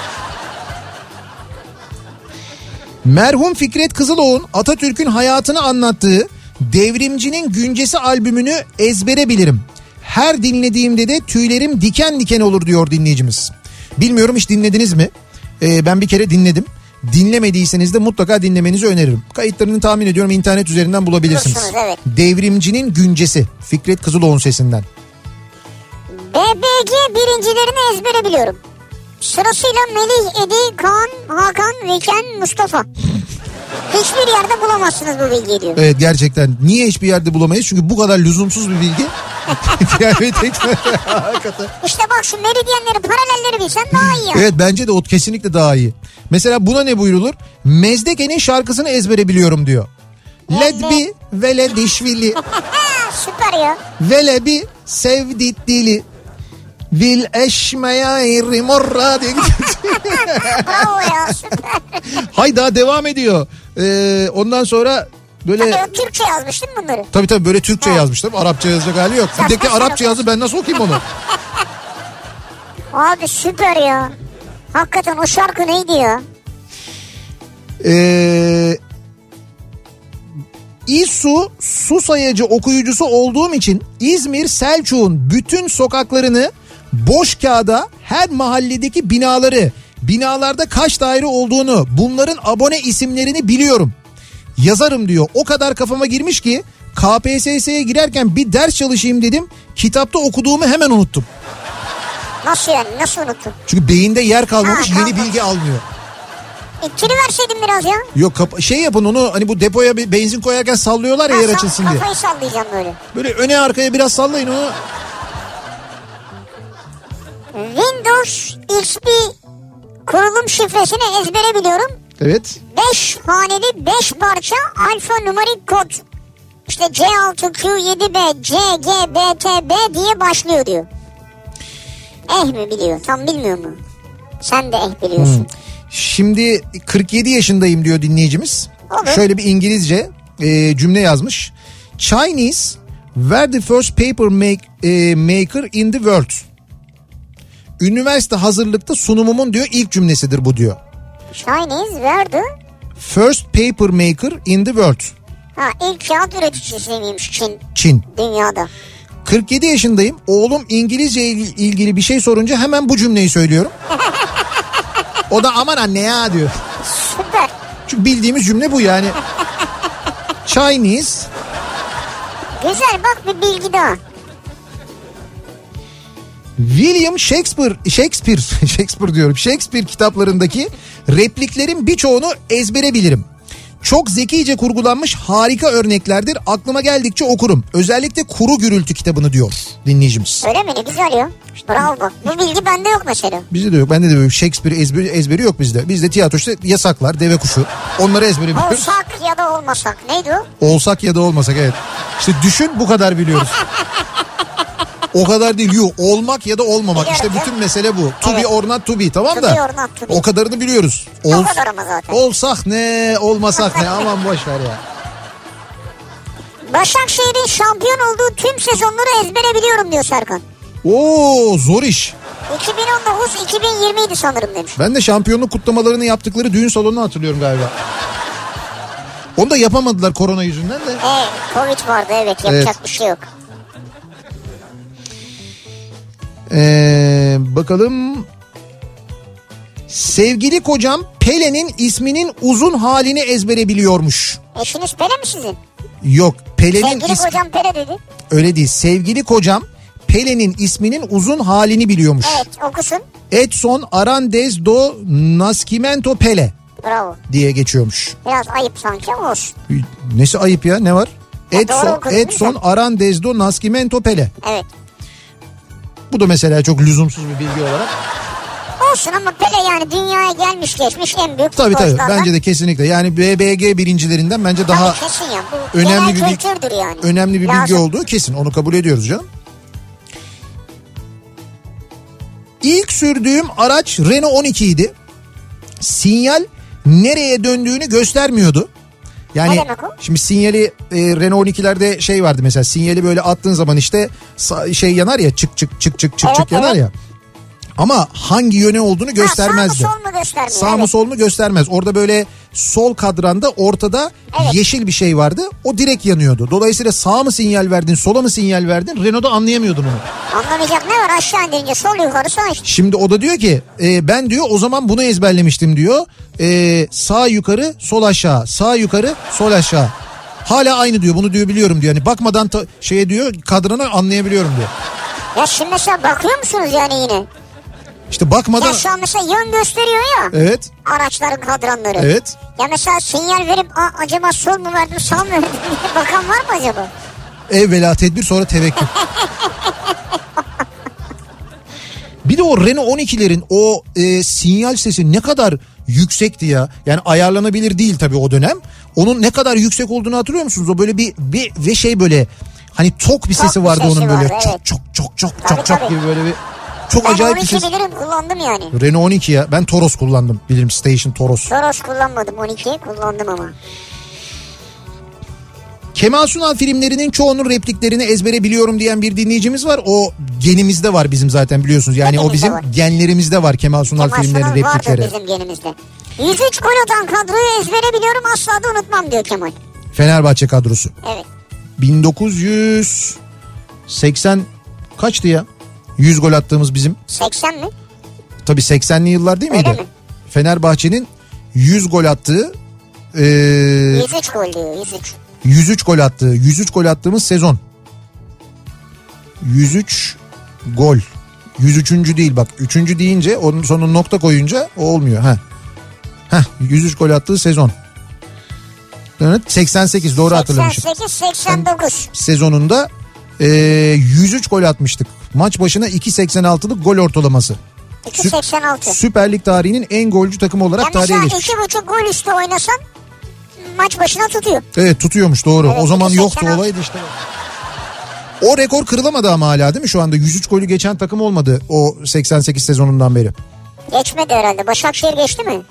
Merhum Fikret Kızıloğlu'nun Atatürk'ün hayatını anlattığı Devrimcinin Güncesi albümünü ezbere bilirim. Her dinlediğimde de tüylerim diken diken olur diyor dinleyicimiz. Bilmiyorum, hiç dinlediniz mi? Ee, ben bir kere dinledim. Dinlemediyseniz de mutlaka dinlemenizi öneririm. Kayıtlarını tahmin ediyorum internet üzerinden bulabilirsiniz. Bulursunuz, evet. Devrimcinin Güncesi, Fikret Kızıloğlu'nun sesinden. B B G birincilerini ezbere biliyorum. Sırasıyla Melih, Edi, Kaan, Hakan, Viken, Mustafa. Hiçbir yerde bulamazsınız bu bilgiyi diyor. Evet, gerçekten. Niye hiçbir yerde bulamayız? Çünkü bu kadar lüzumsuz bir bilgi. İşte bak, şu meridyenleri, paralelleri bilsen daha iyi yani. Evet, bence de o kesinlikle daha iyi. Mesela buna ne buyrulur? Mezdeke'nin şarkısını ezbere biliyorum diyor. Ledbi vele dişvili. Süper ya. Vele bi sevdit dili. Vil eşmeyayri morra diye Bravo ya, süper. Hay daha devam ediyor. Ee, ondan sonra böyle... Tabii o Türkçe yazmış değil mi bunları? Tabii tabii böyle Türkçe evet. yazmıştım. Arapça yazacak hali yok. Bir de Arapça yazdı, ben nasıl okuyayım onu? Abi süper ya. Hakikaten o şarkı neydi ya? Eee... İSSU su sayacı okuyucusu olduğum için İzmir Selçuk'un bütün sokaklarını, boş kağıda her mahalledeki binaları, binalarda kaç daire olduğunu, bunların abone isimlerini biliyorum. Yazarım diyor. O kadar kafama girmiş ki K P S S'ye girerken bir ders çalışayım dedim. Kitapta okuduğumu hemen unuttum. Nasıl yani? Nasıl unuttun? Çünkü beyinde yer kalmamış, Ha, yeni kalmamış. bilgi almıyor. İttiriverseydin biraz ya. Yok kapa- şey yapın onu, hani bu depoya bir benzin koyarken sallıyorlar ya, Ha, yer sal- açılsın diye. Kafayı sallayacağım böyle. Böyle öne arkaya biraz sallayın onu. Windows X P kurulum şifresini ezbere biliyorum. Evet. beş haneli beş parça alfa numarik kod. İşte C altı Q yedi B C G B T B diye başlıyor diyor. Eh mi biliyor? Tam bilmiyor mu? Sen de eh biliyorsun. Hmm. Şimdi kırk yedi yaşındayım diyor dinleyicimiz. Olur. Şöyle bir İngilizce e, cümle yazmış. Chinese were the first paper make, e, maker in the world. Üniversite hazırlıkta sunumumun diyor ilk cümlesidir bu diyor. Chinese were the first paper maker in the world. Ha, ilk kağıt üreticisiymiş Çin. Çin. Dünyada. kırk yedi yaşındayım. Oğlum İngilizce ilgili bir şey sorunca hemen bu cümleyi söylüyorum. O da aman anne ya diyor. Çünkü bildiğimiz cümle bu yani. Chinese. Güzel, bak bir bilgi daha. William Shakespeare, Shakespeare, Shakespeare diyorum. Shakespeare kitaplarındaki repliklerin birçoğunu ezbere bilirim. Çok zekice kurgulanmış harika örneklerdir. Aklıma geldikçe okurum. Özellikle Kuru Gürültü kitabını diyor dinleyicimiz. Öyle mi? Ne güzel ya. Bravo. Bu bilgi bende yok mesela. Bizde de yok. Bende de böyle Shakespeare ezberi, ezberi yok bizde. Bizde tiyatro işte yasaklar, deve kuşu. Onları ezbere biliyoruz. Olsak ya da olmasak. Neydi o? Olsak ya da olmasak, evet. İşte düşün, bu kadar biliyoruz. O kadar değil. Yuh, olmak ya da olmamak. Biliyorum İşte bütün ya. mesele bu. To Evet. be or not to be, tamam To da. be or not to be. O kadarını biliyoruz. O kadar ama zaten. Olsak ne, olmasak ne, aman boş ver ya. Başakşehir'in şampiyon olduğu tüm sezonları ezbere biliyorum diyor Serkan. Oo, zor iş. iki bin on dokuz iki bin yirmiydi sanırım demiş. Ben de şampiyonluk kutlamalarını yaptıkları düğün salonunu hatırlıyorum galiba. Onu da yapamadılar korona yüzünden de. Evet, Covid vardı, evet, yapacak Evet. bir şey yok. Ee, bakalım. Sevgili kocam Pele'nin isminin uzun halini ezbere biliyormuş. Eşiniz Pele mi sizin? Yok, Pele'nin Sevgili ismi... kocam Pele dedi. Öyle değil. Sevgili kocam Pele'nin isminin uzun halini biliyormuş. Evet, okusun. Edson Arantes do Nascimento Pele Bravo. diye geçiyormuş. Biraz ayıp sanki ama olsun. Nesi ayıp ya, ne var? Ya doğru Edson, okudun değil Edson mi? Arantes do Nascimento Pele. Evet. Bu da mesela çok lüzumsuz bir bilgi olarak. Olsun ama Pele yani dünyaya gelmiş geçmiş en büyük Tabii tabii, futbolculardan. bence de kesinlikle. Yani B B G birincilerinden bence daha Tabii kesin ya. Bu önemli genel bir kültürdür yani. önemli bir bilgi Lazım. olduğu kesin. Onu kabul ediyoruz canım. İlk sürdüğüm araç Renault on iki idi. Sinyal nereye döndüğünü göstermiyordu. Yani Ne demek o? şimdi sinyali e, Renault on ikilerde şey vardı mesela, sinyali böyle attığın zaman işte sa- şey yanar ya, çık çık çık çık çık Evet, çık yanar evet. ya. Ama hangi yöne olduğunu göstermezdi. Ha, sağ mı sol mu göstermiyor? Sağ mı evet. sol mu göstermez. Orada böyle sol kadranda ortada Evet. yeşil bir şey vardı. O direkt yanıyordu. Dolayısıyla sağa mı sinyal verdin, sola mı sinyal verdin, Renault'da anlayamıyordun onu. Anlamayacak ne var, aşağı indirince sol yukarı sağ işte. Şimdi o da diyor ki e, ben diyor o zaman bunu ezberlemiştim diyor. E, sağ yukarı sol aşağı, sağ yukarı sol aşağı. Hala aynı diyor, bunu diyor biliyorum diyor. Yani bakmadan ta- şeye diyor kadranı anlayabiliyorum diyor. Ya şimdi mesela bakıyor musunuz yani yine? İşte bakmadan... Ya şu an mesela yön gösteriyor ya. Evet. Araçların kadranları. Evet. Ya mesela sinyal verip Aa, acaba sol mu verdim sağ mı verdim diye bakan var mı acaba? Evvela tedbir, sonra tevekkül. Bir de o Renault on ikilerin o e, sinyal sesi ne kadar yüksekti ya. Yani ayarlanabilir değil tabii o dönem. Onun ne kadar yüksek olduğunu hatırlıyor musunuz? O böyle bir, bir ve şey böyle hani tok bir Tok sesi bir vardı sesi onun böyle. vardı, Çok evet. çok çok çok Tabii, çok çok tabii. gibi böyle bir çok Ben acayip on bir iki ses. bilirim, kullandım yani. Renault on iki ya. Ben Toros kullandım. Bilirim, Station Toros. Toros kullanmadım, on ikiyi kullandım ama. Kemal Sunal filmlerinin çoğunun repliklerini ezbere biliyorum diyen bir dinleyicimiz var. O genimizde var bizim zaten, biliyorsunuz. Yani o Hepimizde bizim var. genlerimizde var Kemal Sunal Kemal filmlerinin Sunal replikleri. vardır bizim genimizde. yüz üç gol atan kadroyu ezbere biliyorum, asla da unutmam diyor Kemal. Fenerbahçe kadrosu. Evet. bin dokuz yüz seksen kaçtı ya? yüz gol attığımız bizim. seksen mi? Tabii seksenli yıllar değil miydi? Öyle mi? Fenerbahçe'nin yüz gol attığı e, yüz üç gol diyor, yüz üç. yüz üç gol attığı yüz üç gol attığımız sezon. yüz üç gol. yüz üçüncü değil bak. üçüncü deyince onun sonuna nokta koyunca o olmuyor. Heh. Heh, yüz üç gol attığı sezon. Evet, seksen sekiz doğru hatırlamışım. seksen sekiz seksen dokuz. Sezonunda e, yüz üç gol atmıştık. Maç başına iki seksen altılık gol ortalaması. iki seksen altı. Süper Lig tarihinin en golcü takımı olarak Ya tarihe mesela geçmiş. iki buçuk gol üstü oynasan maç başına tutuyor. Evet, tutuyormuş, doğru. Evet, o zaman iki yoktu, seksen altı. olaydı işte. O rekor kırılamadı ama hala değil mi şu anda? yüz üç golü geçen takım olmadı o seksen sekiz sezonundan beri. Geçmedi herhalde. Başakşehir geçti mi?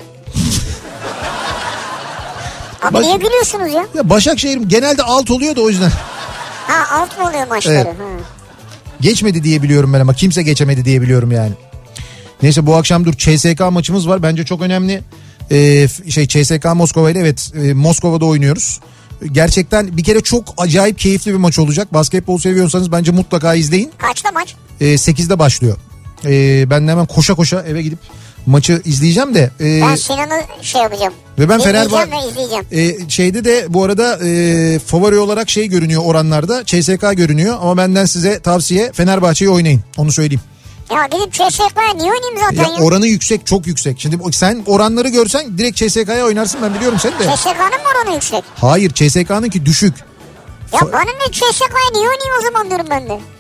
Abi Baş- niye gülüyorsunuz ya? Ya Başakşehir genelde alt oluyor da o yüzden. Ha, alt mı oluyor maçları? Evet. Ha. Geçmedi diye biliyorum ben ama kimse geçemedi diye biliyorum yani. Neyse, bu akşam dur C S K maçımız var. Bence çok önemli. Ee, şey C S K Moskova ile, evet, e, Moskova'da oynuyoruz. Gerçekten bir kere çok acayip keyifli bir maç olacak. Basketbol seviyorsanız bence mutlaka izleyin. Kaçta maç? Ee, sekizde başlıyor. Ee, ben de hemen koşa koşa eve gidip maçı izleyeceğim de. E, ben Sinan'ı şey yapacağım. Ve ben Fenerbahçe e, şeyde de bu arada e, favori olarak şey görünüyor oranlarda. C S K görünüyor ama benden size tavsiye Fenerbahçe'yi oynayın. Onu söyleyeyim. Ya gidip C S K'ya niye oynayayım zaten ya? ya? Oranı yüksek, çok yüksek. Şimdi sen oranları görsen direkt C S K'ya oynarsın, ben biliyorum seni de. C S K'nın mı oranı yüksek? Hayır, C S K'nınki düşük. Ya Fa- bana ne, C S K'ya niye oynayayım o zaman diyorum ben de.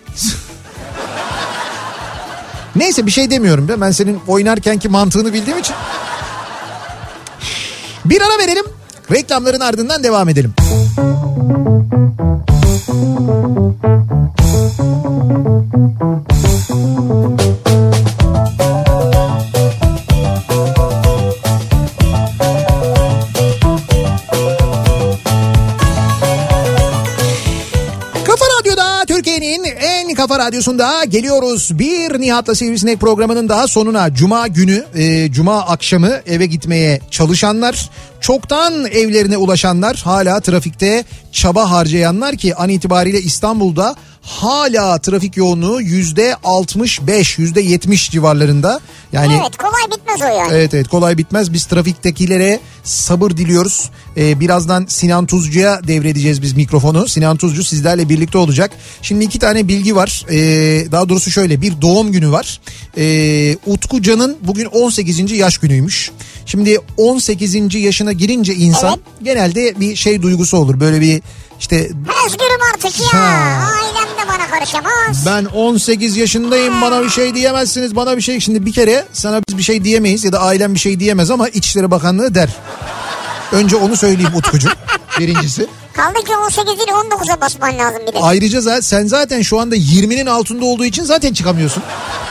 Neyse, bir şey demiyorum be. Ben senin oynarkenki mantığını bildiğim için. Bir ara verelim. Reklamların ardından devam edelim. Kafa Radyosu'nda geliyoruz. Bir Nihat'la Sivrisinek programının daha sonuna. Cuma günü, e, Cuma akşamı eve gitmeye çalışanlar, çoktan evlerine ulaşanlar, hala trafikte çaba harcayanlar ki an itibariyle İstanbul'da hala trafik yoğunluğu yüzde altmış beş, yüzde yetmiş civarlarında. Yani evet, kolay bitmez o yani. Evet evet kolay bitmez. Biz trafiktekilere sabır diliyoruz. Ee, birazdan Sinan Tuzcu'ya devredeceğiz biz mikrofonu. Sinan Tuzcu sizlerle birlikte olacak. Şimdi iki tane bilgi var. Ee, daha doğrusu şöyle, bir doğum günü var. Ee, Utku Can'ın bugün on sekizinci yaş günüymüş. Şimdi on sekizinci yaşına girince insan evet. genelde bir şey duygusu olur. Böyle bir işte... Özgürüm artık ya. Ha. Ailem de bana karışamaz. Ben on sekiz yaşındayım, ha. bana bir şey diyemezsiniz, bana bir şey... Şimdi bir kere sana biz bir şey diyemeyiz ya da ailem bir şey diyemez ama İçişleri Bakanlığı der. Önce onu söyleyeyim Utkucuğum. Birincisi. Kaldı ki on sekiz değil on dokuza basman lazım bir de. Ayrıca zaten, sen zaten şu anda yirminin altında olduğu için zaten çıkamıyorsun.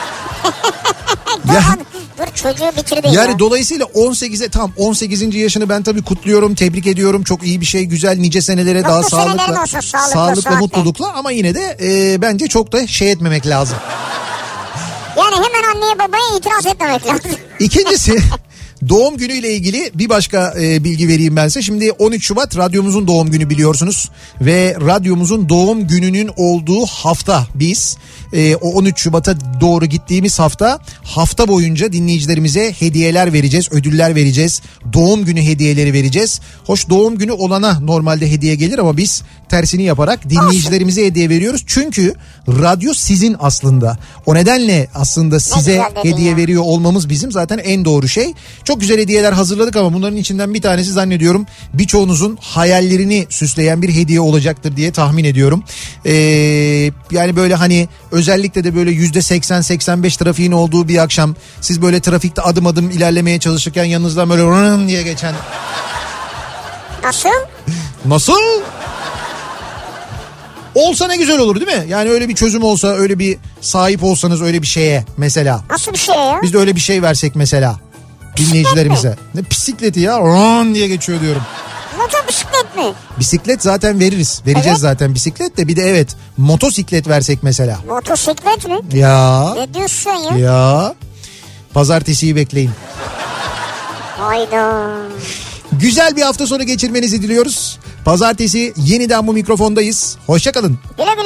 ya, dur çocuğu bitirdin yani ya. Yani dolayısıyla on sekize tam on sekizinci yaşını ben tabii kutluyorum, tebrik ediyorum. Çok iyi bir şey, güzel, nice senelere Mutlu daha sağlıkla, olsun, sağlıklı, sağlıkla mutlulukla ama yine de e, bence çok da şey etmemek lazım. Yani hemen anneye babaya itiraz etmemek lazım. İkincisi doğum günüyle ilgili bir başka e, bilgi vereyim ben size. Şimdi on üç Şubat radyomuzun doğum günü biliyorsunuz. Ve radyomuzun doğum gününün olduğu hafta biz e, o on üç Şubat'a doğru gittiğimiz hafta hafta boyunca dinleyicilerimize hediyeler vereceğiz, ödüller vereceğiz. Doğum günü hediyeleri vereceğiz. Hoş doğum günü olana normalde hediye gelir ama biz tersini yaparak dinleyicilerimize hediye veriyoruz. Çünkü radyo sizin aslında. O nedenle aslında size hediye ya. veriyor olmamız bizim zaten en doğru şey. Çok güzel hediyeler hazırladık ama bunların içinden bir tanesi zannediyorum birçoğunuzun hayallerini süsleyen bir hediye olacaktır diye tahmin ediyorum. Ee, yani böyle hani özellikle de böyle yüzde seksen seksen beş trafiğin olduğu bir akşam siz böyle trafikte adım adım ilerlemeye çalışırken yanınızdan böyle rın diye geçen. Nasıl? Nasıl? Olsa ne güzel olur değil mi? Yani öyle bir çözüm olsa, öyle bir sahip olsanız öyle bir şeye mesela. Nasıl bir şey ya? Biz de öyle bir şey versek mesela. Dinleyicilerimize. Ne bisikleti ya? Run diye geçiyor diyorum. Motor bisiklet mi? Bisiklet zaten veririz. Vereceğiz evet. zaten bisiklet de bir de evet motosiklet versek mesela. Motosiklet mi? Ya. Ne diyorsun ya? Ya. Pazartesiyi bekleyin. Hayda. Güzel bir hafta sonu geçirmenizi diliyoruz. Pazartesi yeniden bu mikrofondayız. Hoşça kalın. Güle güle.